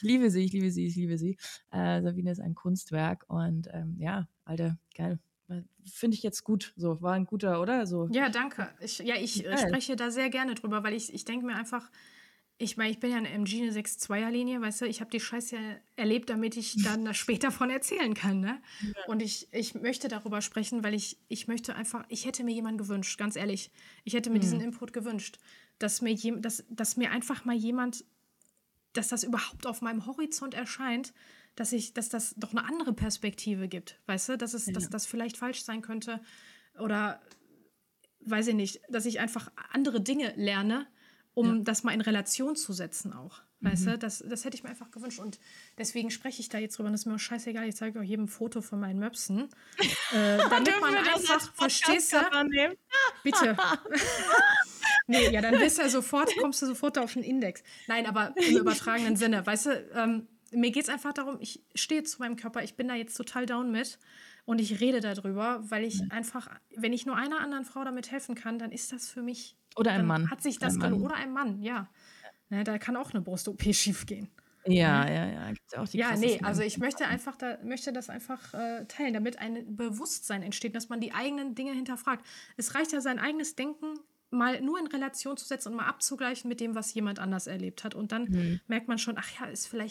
[SPEAKER 1] Sabine ist ein Kunstwerk und Alter, geil. Finde ich jetzt gut. So, war ein guter, oder? So.
[SPEAKER 2] Ja, danke. Ich spreche da sehr gerne drüber, weil ich denke mir einfach, ich meine, ich bin ja eine MG, eine 6-2er-Linie, weißt du, ich habe die Scheiße ja erlebt, damit ich dann später davon erzählen kann, ne? Ja. Und ich möchte darüber sprechen, weil ich möchte einfach, ich hätte mir jemanden gewünscht, ganz ehrlich, ich hätte mir diesen Input gewünscht, dass mir einfach mal jemand, dass das überhaupt auf meinem Horizont erscheint, dass das doch eine andere Perspektive gibt, weißt du, dass das vielleicht falsch sein könnte oder, weiß ich nicht, dass ich einfach andere Dinge lerne, um das mal in Relation zu setzen auch. Weißt du, das hätte ich mir einfach gewünscht. Und deswegen spreche ich da jetzt drüber. Und das ist mir auch scheißegal. Ich zeige euch jedem Foto von meinen Möpsen. Damit man einfach, verstehst du? Bitte. Nee, ja, dann kommst du sofort auf den Index. Nein, aber im übertragenen Sinne. Weißt du, mir geht es einfach darum, ich stehe zu meinem Körper. Ich bin da jetzt total down mit. Und ich rede darüber, weil ich einfach, wenn ich nur einer anderen Frau damit helfen kann, dann ist das für mich.
[SPEAKER 1] Oder ein Mann.
[SPEAKER 2] Hat sich das gelohnt. Oder ein Mann, ja. Ne, da kann auch eine Brust-OP schief gehen.
[SPEAKER 1] Ja. Gibt's auch die
[SPEAKER 2] also ich möchte das einfach teilen, damit ein Bewusstsein entsteht, dass man die eigenen Dinge hinterfragt. Es reicht ja, sein eigenes Denken mal nur in Relation zu setzen und mal abzugleichen mit dem, was jemand anders erlebt hat. Und dann merkt man schon, ach ja,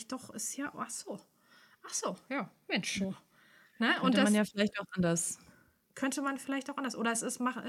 [SPEAKER 2] ja, Mensch, so. Ne?
[SPEAKER 1] Könnte man ja vielleicht auch anders.
[SPEAKER 2] Könnte man vielleicht auch anders. Oder es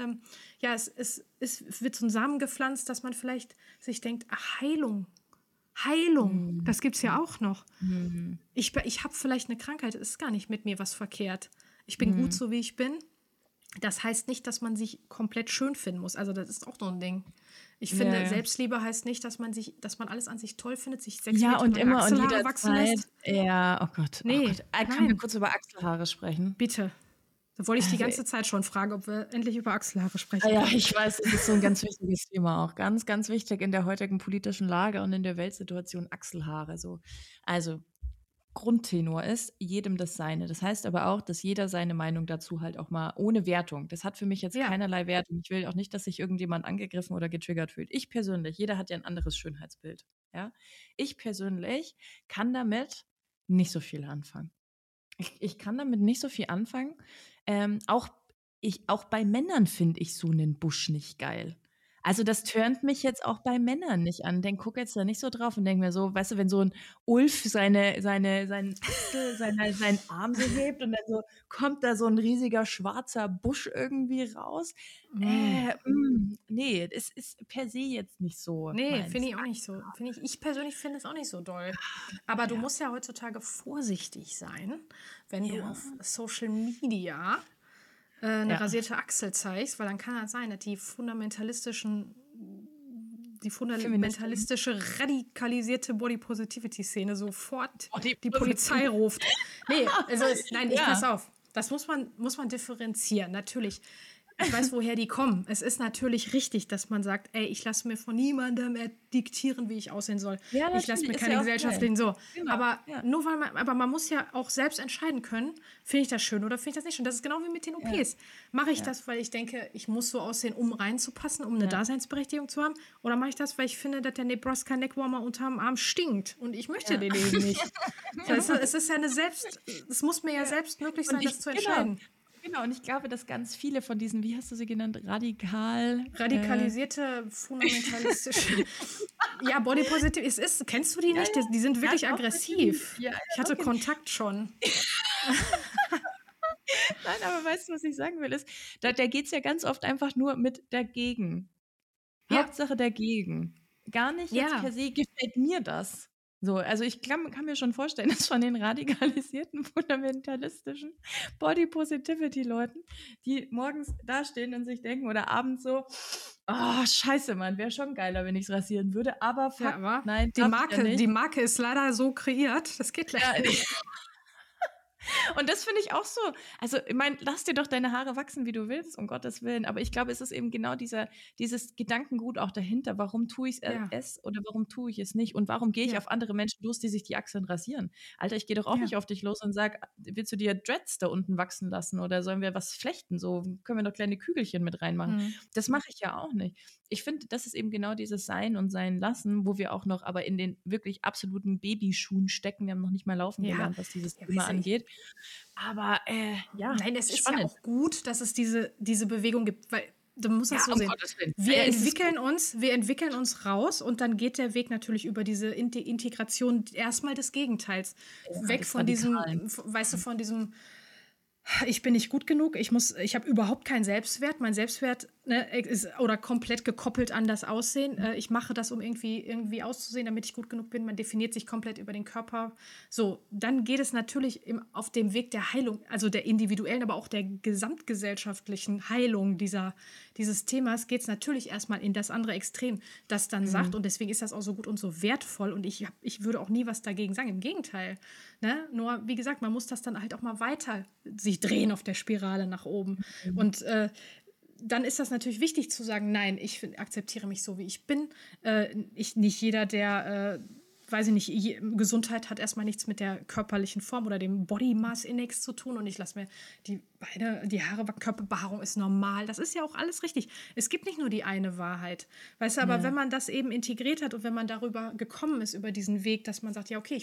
[SPEAKER 2] wird so ein Samen gepflanzt, dass man vielleicht sich denkt, ach, Heilung, das gibt es ja auch noch. Ich habe vielleicht eine Krankheit, es ist gar nicht mit mir was verkehrt. Ich bin gut so, wie ich bin. Das heißt nicht, dass man sich komplett schön finden muss. Also das ist auch so ein Ding. Ich finde,
[SPEAKER 1] ja.
[SPEAKER 2] Selbstliebe heißt nicht, dass man alles an sich toll findet, sich 6
[SPEAKER 1] Ja,
[SPEAKER 2] Meter
[SPEAKER 1] und
[SPEAKER 2] lange
[SPEAKER 1] immer und
[SPEAKER 2] Achselhaare wachsen
[SPEAKER 1] jederzeit.
[SPEAKER 2] lässt.
[SPEAKER 1] Ja, oh Gott.
[SPEAKER 2] Nee,
[SPEAKER 1] Können wir
[SPEAKER 2] nein,
[SPEAKER 1] kurz über Achselhaare sprechen?
[SPEAKER 2] bitte. Da wollte ich die
[SPEAKER 1] Also,
[SPEAKER 2] ganze Zeit schon fragen, ob wir endlich über Achselhaare sprechen
[SPEAKER 1] ja,
[SPEAKER 2] können.
[SPEAKER 1] ich weiß, das ist so ein ganz wichtiges Thema auch. Ganz, ganz wichtig in der heutigen politischen Lage und in der Weltsituation Achselhaare. So. Also, Grundtenor ist, jedem das Seine. Das heißt aber auch, dass jeder seine Meinung dazu halt auch mal ohne Wertung. Das hat für mich jetzt
[SPEAKER 2] Ja,
[SPEAKER 1] keinerlei Wertung. Ich will auch nicht, dass sich irgendjemand angegriffen oder getriggert fühlt. Ich persönlich, jeder hat ja ein anderes Schönheitsbild. Ja? Ich persönlich kann damit nicht so viel anfangen. Ich kann damit nicht so viel anfangen. Auch bei Männern finde ich so einen Busch nicht geil. Also das turnt mich jetzt auch bei Männern nicht an. Denk, guck jetzt da nicht so drauf und denk mir so, weißt du, wenn so ein Ulf seinen Arm so hebt und dann so kommt da so ein riesiger schwarzer Busch irgendwie raus. Nee, das ist per se jetzt nicht so
[SPEAKER 2] nee,
[SPEAKER 1] meins.
[SPEAKER 2] finde ich auch nicht so. Ich persönlich finde es auch nicht so doll. Aber du
[SPEAKER 1] Ja.
[SPEAKER 2] musst ja heutzutage vorsichtig sein, wenn du
[SPEAKER 1] Ja.
[SPEAKER 2] auf Social Media eine
[SPEAKER 1] Ja.
[SPEAKER 2] rasierte Achsel zeigst, weil dann kann es sein, dass die
[SPEAKER 1] Feministin.
[SPEAKER 2] fundamentalistische, radikalisierte Body Positivity Szene sofort
[SPEAKER 1] Body
[SPEAKER 2] die Polizei ruft. Nee, also nein,
[SPEAKER 1] Ja.
[SPEAKER 2] pass auf. Das muss man differenzieren, natürlich. Ich weiß, woher die kommen. Es ist natürlich richtig, dass man sagt, ey, ich lasse mir von niemandem mehr diktieren, wie ich aussehen soll.
[SPEAKER 1] Ja,
[SPEAKER 2] Ich lasse
[SPEAKER 1] natürlich,
[SPEAKER 2] mir
[SPEAKER 1] ist
[SPEAKER 2] keine
[SPEAKER 1] ja auch
[SPEAKER 2] gesellschaftlichen so.
[SPEAKER 1] Genau,
[SPEAKER 2] Aber
[SPEAKER 1] ja.
[SPEAKER 2] nur weil man muss ja auch selbst entscheiden können, finde ich das schön oder finde ich das nicht schön. Das ist genau wie mit den OPs. Mache ich das, weil ich denke, ich muss so aussehen, um reinzupassen, um eine Daseinsberechtigung zu haben? Oder mache ich das, weil ich finde, dass der Nebraska Neckwarmer unterm Arm stinkt und ich möchte den eben nicht? Es ist ja es muss mir ja selbst möglich sein, das zu entscheiden.
[SPEAKER 1] Genau, und ich glaube, dass ganz viele von diesen, wie hast du sie genannt,
[SPEAKER 2] Radikalisierte, fundamentalistische. Ja, Body Positive. Kennst du die nicht? Die sind wirklich
[SPEAKER 1] doch,
[SPEAKER 2] aggressiv.
[SPEAKER 1] ja,
[SPEAKER 2] Ich hatte
[SPEAKER 1] doch,
[SPEAKER 2] Kontakt schon.
[SPEAKER 1] Nein, aber weißt du, was ich sagen will, ist, da geht es ja ganz oft einfach nur mit dagegen.
[SPEAKER 2] Ja.
[SPEAKER 1] Hauptsache dagegen. Gar nicht jetzt
[SPEAKER 2] Ja.
[SPEAKER 1] per se, gefällt mir das. So, also ich kann mir schon vorstellen, dass von den radikalisierten, fundamentalistischen Body-Positivity-Leuten, die morgens dastehen und sich denken oder abends so, oh, scheiße, Mann, wäre schon geiler, wenn ich es rasieren würde, aber fuck,
[SPEAKER 2] aber
[SPEAKER 1] nein,
[SPEAKER 2] die
[SPEAKER 1] darf ich ja nicht.
[SPEAKER 2] Marke ist leider so kreiert, das geht leider nicht.
[SPEAKER 1] Und das finde ich auch so. Also, ich meine, lass dir doch deine Haare wachsen, wie du willst, um Gottes Willen. Aber ich glaube, es ist eben genau dieses Gedankengut auch dahinter. Warum tue ich es oder warum tue ich es nicht? Und warum gehe ich auf andere Menschen los, die sich die Achseln rasieren? Alter, ich gehe doch auch nicht auf dich los und sage, willst du dir Dreads da unten wachsen lassen oder sollen wir was flechten? So können wir doch kleine Kügelchen mit reinmachen. Das mache ich ja auch nicht. Ich finde, das ist eben genau dieses Sein und Sein lassen, wo wir auch noch aber in den wirklich absoluten Babyschuhen stecken. Wir haben noch nicht mal laufen gelernt, was dieses Thema angeht. Aber
[SPEAKER 2] Nein, es ist
[SPEAKER 1] spannend.
[SPEAKER 2] ja auch gut, dass es diese Bewegung gibt, weil du musst das so sehen. Wir entwickeln uns raus und dann geht der Weg natürlich über diese Integration erstmal des Gegenteils. Weg von diesem, weißt du, von diesem ich bin nicht gut genug, ich habe überhaupt keinen Selbstwert. Mein Selbstwert ist oder komplett gekoppelt an das Aussehen. Ich mache das, um irgendwie auszusehen, damit ich gut genug bin. Man definiert sich komplett über den Körper. So, dann geht es natürlich auf dem Weg der Heilung, also der individuellen, aber auch der gesamtgesellschaftlichen Heilung dieses Themas, geht es natürlich erstmal in das andere Extrem, das dann sagt, und deswegen ist das auch so gut und so wertvoll und ich würde auch nie was dagegen sagen, im Gegenteil. Ne? Nur, wie gesagt, man muss das dann halt auch mal weiter sich drehen auf der Spirale nach oben. Und dann ist das natürlich wichtig zu sagen, nein, ich akzeptiere mich so, wie ich bin. Nicht jeder, der, weiß ich nicht, Gesundheit hat erstmal nichts mit der körperlichen Form oder dem Body Mass Index zu tun und ich lasse mir die Haare, Körperbehaarung ist normal. Das ist ja auch alles richtig. Es gibt nicht nur die eine Wahrheit. Weißt du, aber wenn man das eben integriert hat und wenn man darüber gekommen ist, über diesen Weg, dass man sagt, ja, okay,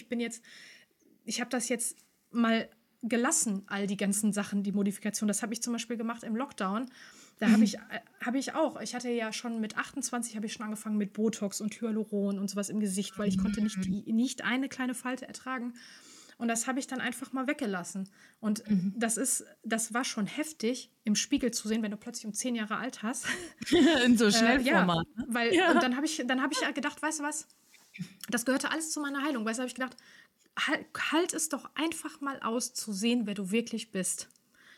[SPEAKER 2] ich habe das jetzt mal gelassen, all die ganzen Sachen, die Modifikation. Das habe ich zum Beispiel gemacht im Lockdown. Da habe ich auch. Ich hatte ja schon mit 28 habe ich schon angefangen mit Botox und Hyaluron und sowas im Gesicht, weil ich konnte nicht eine kleine Falte ertragen. Und das habe ich dann einfach mal weggelassen. Und das war schon heftig, im Spiegel zu sehen, wenn du plötzlich um 10 Jahre alt hast.
[SPEAKER 1] In so Schnellformat.
[SPEAKER 2] Und dann habe ich gedacht, weißt du was? Das gehörte alles zu meiner Heilung. Weißt du, habe ich gedacht, halt es doch einfach mal aus, zu sehen, wer du wirklich bist.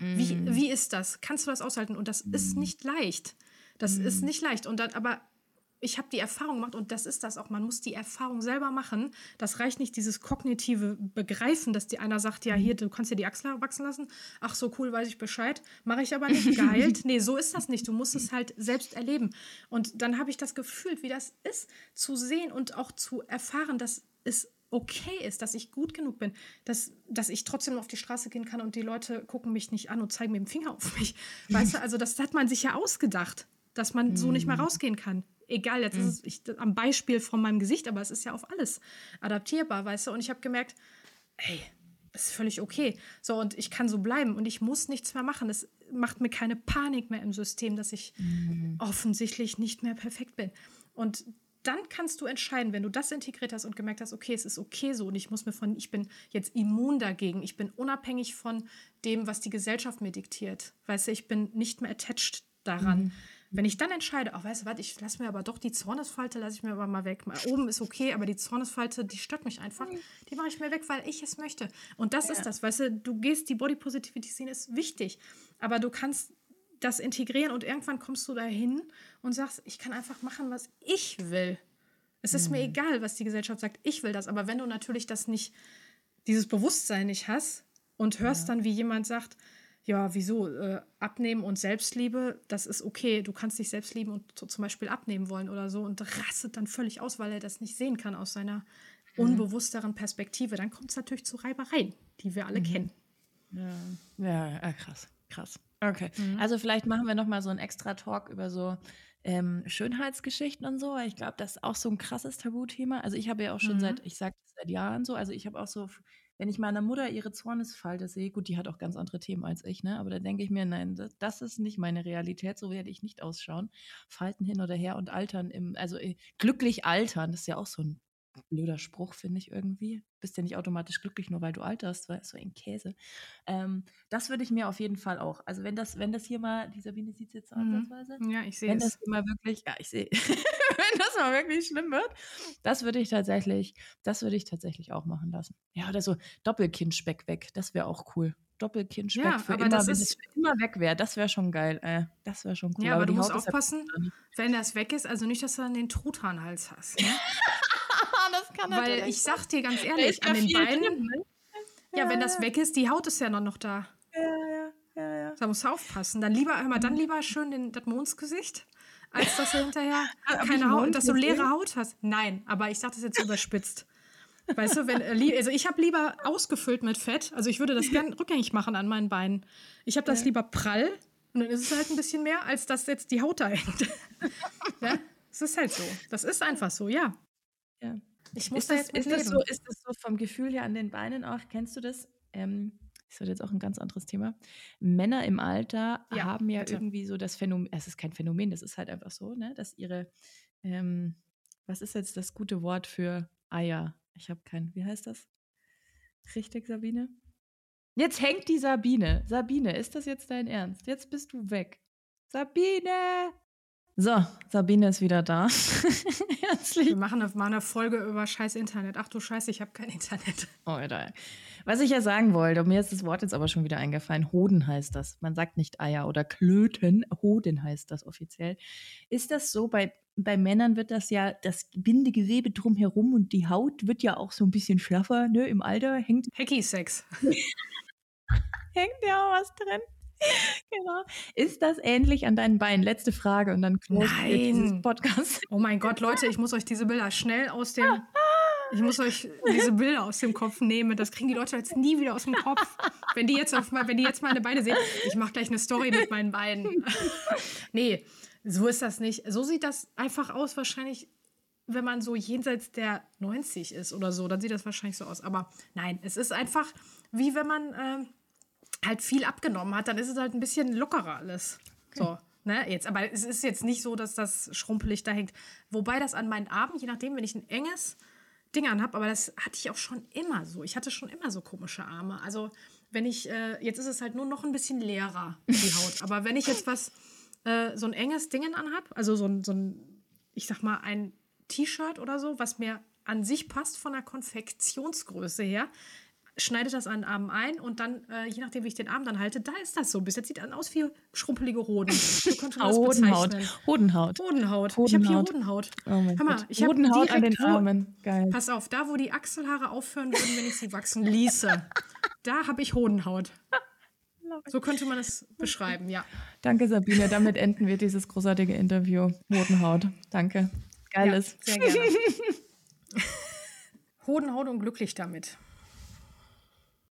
[SPEAKER 2] Wie ist das? Kannst du das aushalten? Und das ist nicht leicht. Das ist nicht leicht. Und dann, aber ich habe die Erfahrung gemacht und das ist das auch. Man muss die Erfahrung selber machen. Das reicht nicht, dieses kognitive Begreifen, dass die einer sagt, ja, hier, du kannst dir die Achsel wachsen lassen. Ach, so cool, weiß ich Bescheid. Mache ich aber nicht. Geheilt. Nee, so ist das nicht. Du musst es halt selbst erleben. Und dann habe ich das gefühlt, wie das ist, zu sehen und auch zu erfahren, dass es okay ist, dass ich gut genug bin, dass ich trotzdem noch auf die Straße gehen kann und die Leute gucken mich nicht an und zeigen mit dem Finger auf mich. Weißt du, also das hat man sich ja ausgedacht, dass man so nicht mehr rausgehen kann. Egal, jetzt ist es am Beispiel von meinem Gesicht, aber es ist ja auf alles adaptierbar, weißt du. Und ich habe gemerkt, ey, das ist völlig okay. So, und ich kann so bleiben und ich muss nichts mehr machen. Es macht mir keine Panik mehr im System, dass ich offensichtlich nicht mehr perfekt bin. Und dann kannst du entscheiden, wenn du das integriert hast und gemerkt hast, okay, es ist okay so und ich bin jetzt immun dagegen, ich bin unabhängig von dem, was die Gesellschaft mir diktiert. Weißt du, ich bin nicht mehr attached daran. Wenn ich dann entscheide, ach, weißt du was, ich lasse mir aber doch die Zornesfalte, lasse ich mir aber mal weg. Mal oben ist okay, aber die Zornesfalte, die stört mich einfach. Die mache ich mir weg, weil ich es möchte. Und das ist das, weißt du, die Body Positivity Szene ist wichtig, aber du kannst das integrieren und irgendwann kommst du dahin und sagst, ich kann einfach machen, was ich will. Es ist mir egal, was die Gesellschaft sagt, ich will das. Aber wenn du natürlich dieses Bewusstsein nicht hast und hörst dann, wie jemand sagt, ja, wieso, abnehmen und Selbstliebe, das ist okay, du kannst dich selbst lieben und zum Beispiel abnehmen wollen oder so und rastet dann völlig aus, weil er das nicht sehen kann aus seiner unbewussteren Perspektive, dann kommt es natürlich zu Reibereien, die wir alle kennen.
[SPEAKER 1] Ja, krass. Okay, also vielleicht machen wir nochmal so einen extra Talk über so Schönheitsgeschichten und so, weil ich glaube, das ist auch so ein krasses Tabuthema. Also ich habe ja auch schon seit Jahren so, also ich habe auch so, wenn ich meiner Mutter ihre Zornesfalte sehe, gut, die hat auch ganz andere Themen als ich, ne? Aber da denke ich mir, nein, das ist nicht meine Realität, so werde ich nicht ausschauen. Falten hin oder her und altern, glücklich altern, das ist ja auch so ein blöder Spruch, finde ich irgendwie. Bist ja nicht automatisch glücklich, nur weil du alterst, weil so ein Käse. Das würde ich mir auf jeden Fall auch. Also wenn das hier mal, die Sabine sieht es jetzt so ansatzweise.
[SPEAKER 2] Ja, ich sehe
[SPEAKER 1] Wenn
[SPEAKER 2] es.
[SPEAKER 1] das hier mal wirklich, ja, ich sehe, wenn das mal wirklich schlimm wird, das würde ich tatsächlich auch machen lassen. Ja, oder so Doppelkinnspeck weg, das wäre auch cool. Doppelkinnspeck für
[SPEAKER 2] aber
[SPEAKER 1] immer,
[SPEAKER 2] das
[SPEAKER 1] wenn
[SPEAKER 2] ist
[SPEAKER 1] es für immer weg wäre, das wäre schon geil. Das wäre schon cool.
[SPEAKER 2] Ja, aber du
[SPEAKER 1] die
[SPEAKER 2] musst
[SPEAKER 1] Haut ist
[SPEAKER 2] aufpassen, wenn das weg ist, also nicht, dass du dann den Truthahnhals hast. Ne?
[SPEAKER 1] das kann
[SPEAKER 2] Weil ich sag dir ganz ehrlich, an den Beinen, wenn das weg ist, die Haut ist ja noch da.
[SPEAKER 1] Ja.
[SPEAKER 2] Da musst du aufpassen. Dann lieber schön das Mondsgesicht, als dass du hinterher keine Haut, dass du leere Haut hast. Nein, aber ich sag das jetzt überspitzt. Weißt du, also ich habe lieber ausgefüllt mit Fett, also ich würde das gern rückgängig machen an meinen Beinen. Ich habe das lieber prall und dann ist es halt ein bisschen mehr, als dass jetzt die Haut da hängt. Ja, es ist halt so. Das ist einfach so, ja. Ich muss
[SPEAKER 1] ist das so vom Gefühl her an den Beinen auch? Kennst du das? Das wird jetzt auch ein ganz anderes Thema. Männer im Alter haben ja irgendwie so das Phänomen, es ist kein Phänomen, das ist halt einfach so, ne, dass ihre, was ist jetzt das gute Wort für Eier? Ich habe wie heißt das? Richtig, Sabine? Jetzt hängt die Sabine. Sabine, ist das jetzt dein Ernst? Jetzt bist du weg. Sabine! So, Sabine ist wieder da. Herzlich.
[SPEAKER 2] Wir machen mal eine Folge über scheiß Internet. Ach du Scheiße, ich habe kein Internet.
[SPEAKER 1] Oh, da. Was ich ja sagen wollte, mir ist das Wort jetzt aber schon wieder eingefallen. Hoden heißt das. Man sagt nicht Eier oder Klöten. Hoden heißt das offiziell. Ist das so, bei Männern wird das ja, das Bindegewebe drumherum und die Haut wird ja auch so ein bisschen schlaffer, ne? Im Alter hängt.
[SPEAKER 2] Hacky-Sex.
[SPEAKER 1] Hängt ja auch was drin. Genau. Ist das ähnlich an deinen Beinen? Letzte Frage und dann close wir dieses Podcast.
[SPEAKER 2] Oh mein Gott, Leute, ich muss euch diese Bilder schnell aus dem Kopf nehmen. Das kriegen die Leute jetzt nie wieder aus dem Kopf. Wenn die jetzt meine Beine sehen, ich mache gleich eine Story mit meinen Beinen. Nee, so ist das nicht. So sieht das einfach aus wahrscheinlich, wenn man so jenseits der 90 ist oder so, dann sieht das wahrscheinlich so aus. Aber nein, es ist einfach wie wenn man halt viel abgenommen hat, dann ist es halt ein bisschen lockerer alles. Okay. So, ne, jetzt, aber es ist jetzt nicht so, dass das schrumpelig da hängt. Wobei das an meinen Armen, je nachdem, wenn ich ein enges Ding anhab, aber das hatte ich auch schon immer so. Ich hatte schon immer so komische Arme. Also wenn ich, jetzt ist es halt nur noch ein bisschen leerer, die Haut. Aber wenn ich jetzt so ein enges Ding anhab, also so ein, ich sag mal, ein T-Shirt oder so, was mir an sich passt von der Konfektionsgröße her, schneidet das an den Arm ein und dann, je nachdem, wie ich den Arm dann halte, da ist das so. Bis jetzt sieht das aus wie schrumpelige Hoden. So könnte man das bezeichnen.
[SPEAKER 1] Hodenhaut.
[SPEAKER 2] Ich habe hier Hodenhaut.
[SPEAKER 1] Oh mein
[SPEAKER 2] Hör mal,
[SPEAKER 1] Gott.
[SPEAKER 2] ich habe
[SPEAKER 1] Hodenhaut an den Armen. Geil.
[SPEAKER 2] Pass auf, da wo die Achselhaare aufhören würden, wenn ich sie wachsen ließe, da habe ich Hodenhaut. So könnte man es beschreiben, ja.
[SPEAKER 1] Danke, Sabine. Damit enden wir dieses großartige Interview. Hodenhaut. Danke. Geiles.
[SPEAKER 2] Ja, sehr gerne. Hodenhaut und glücklich damit.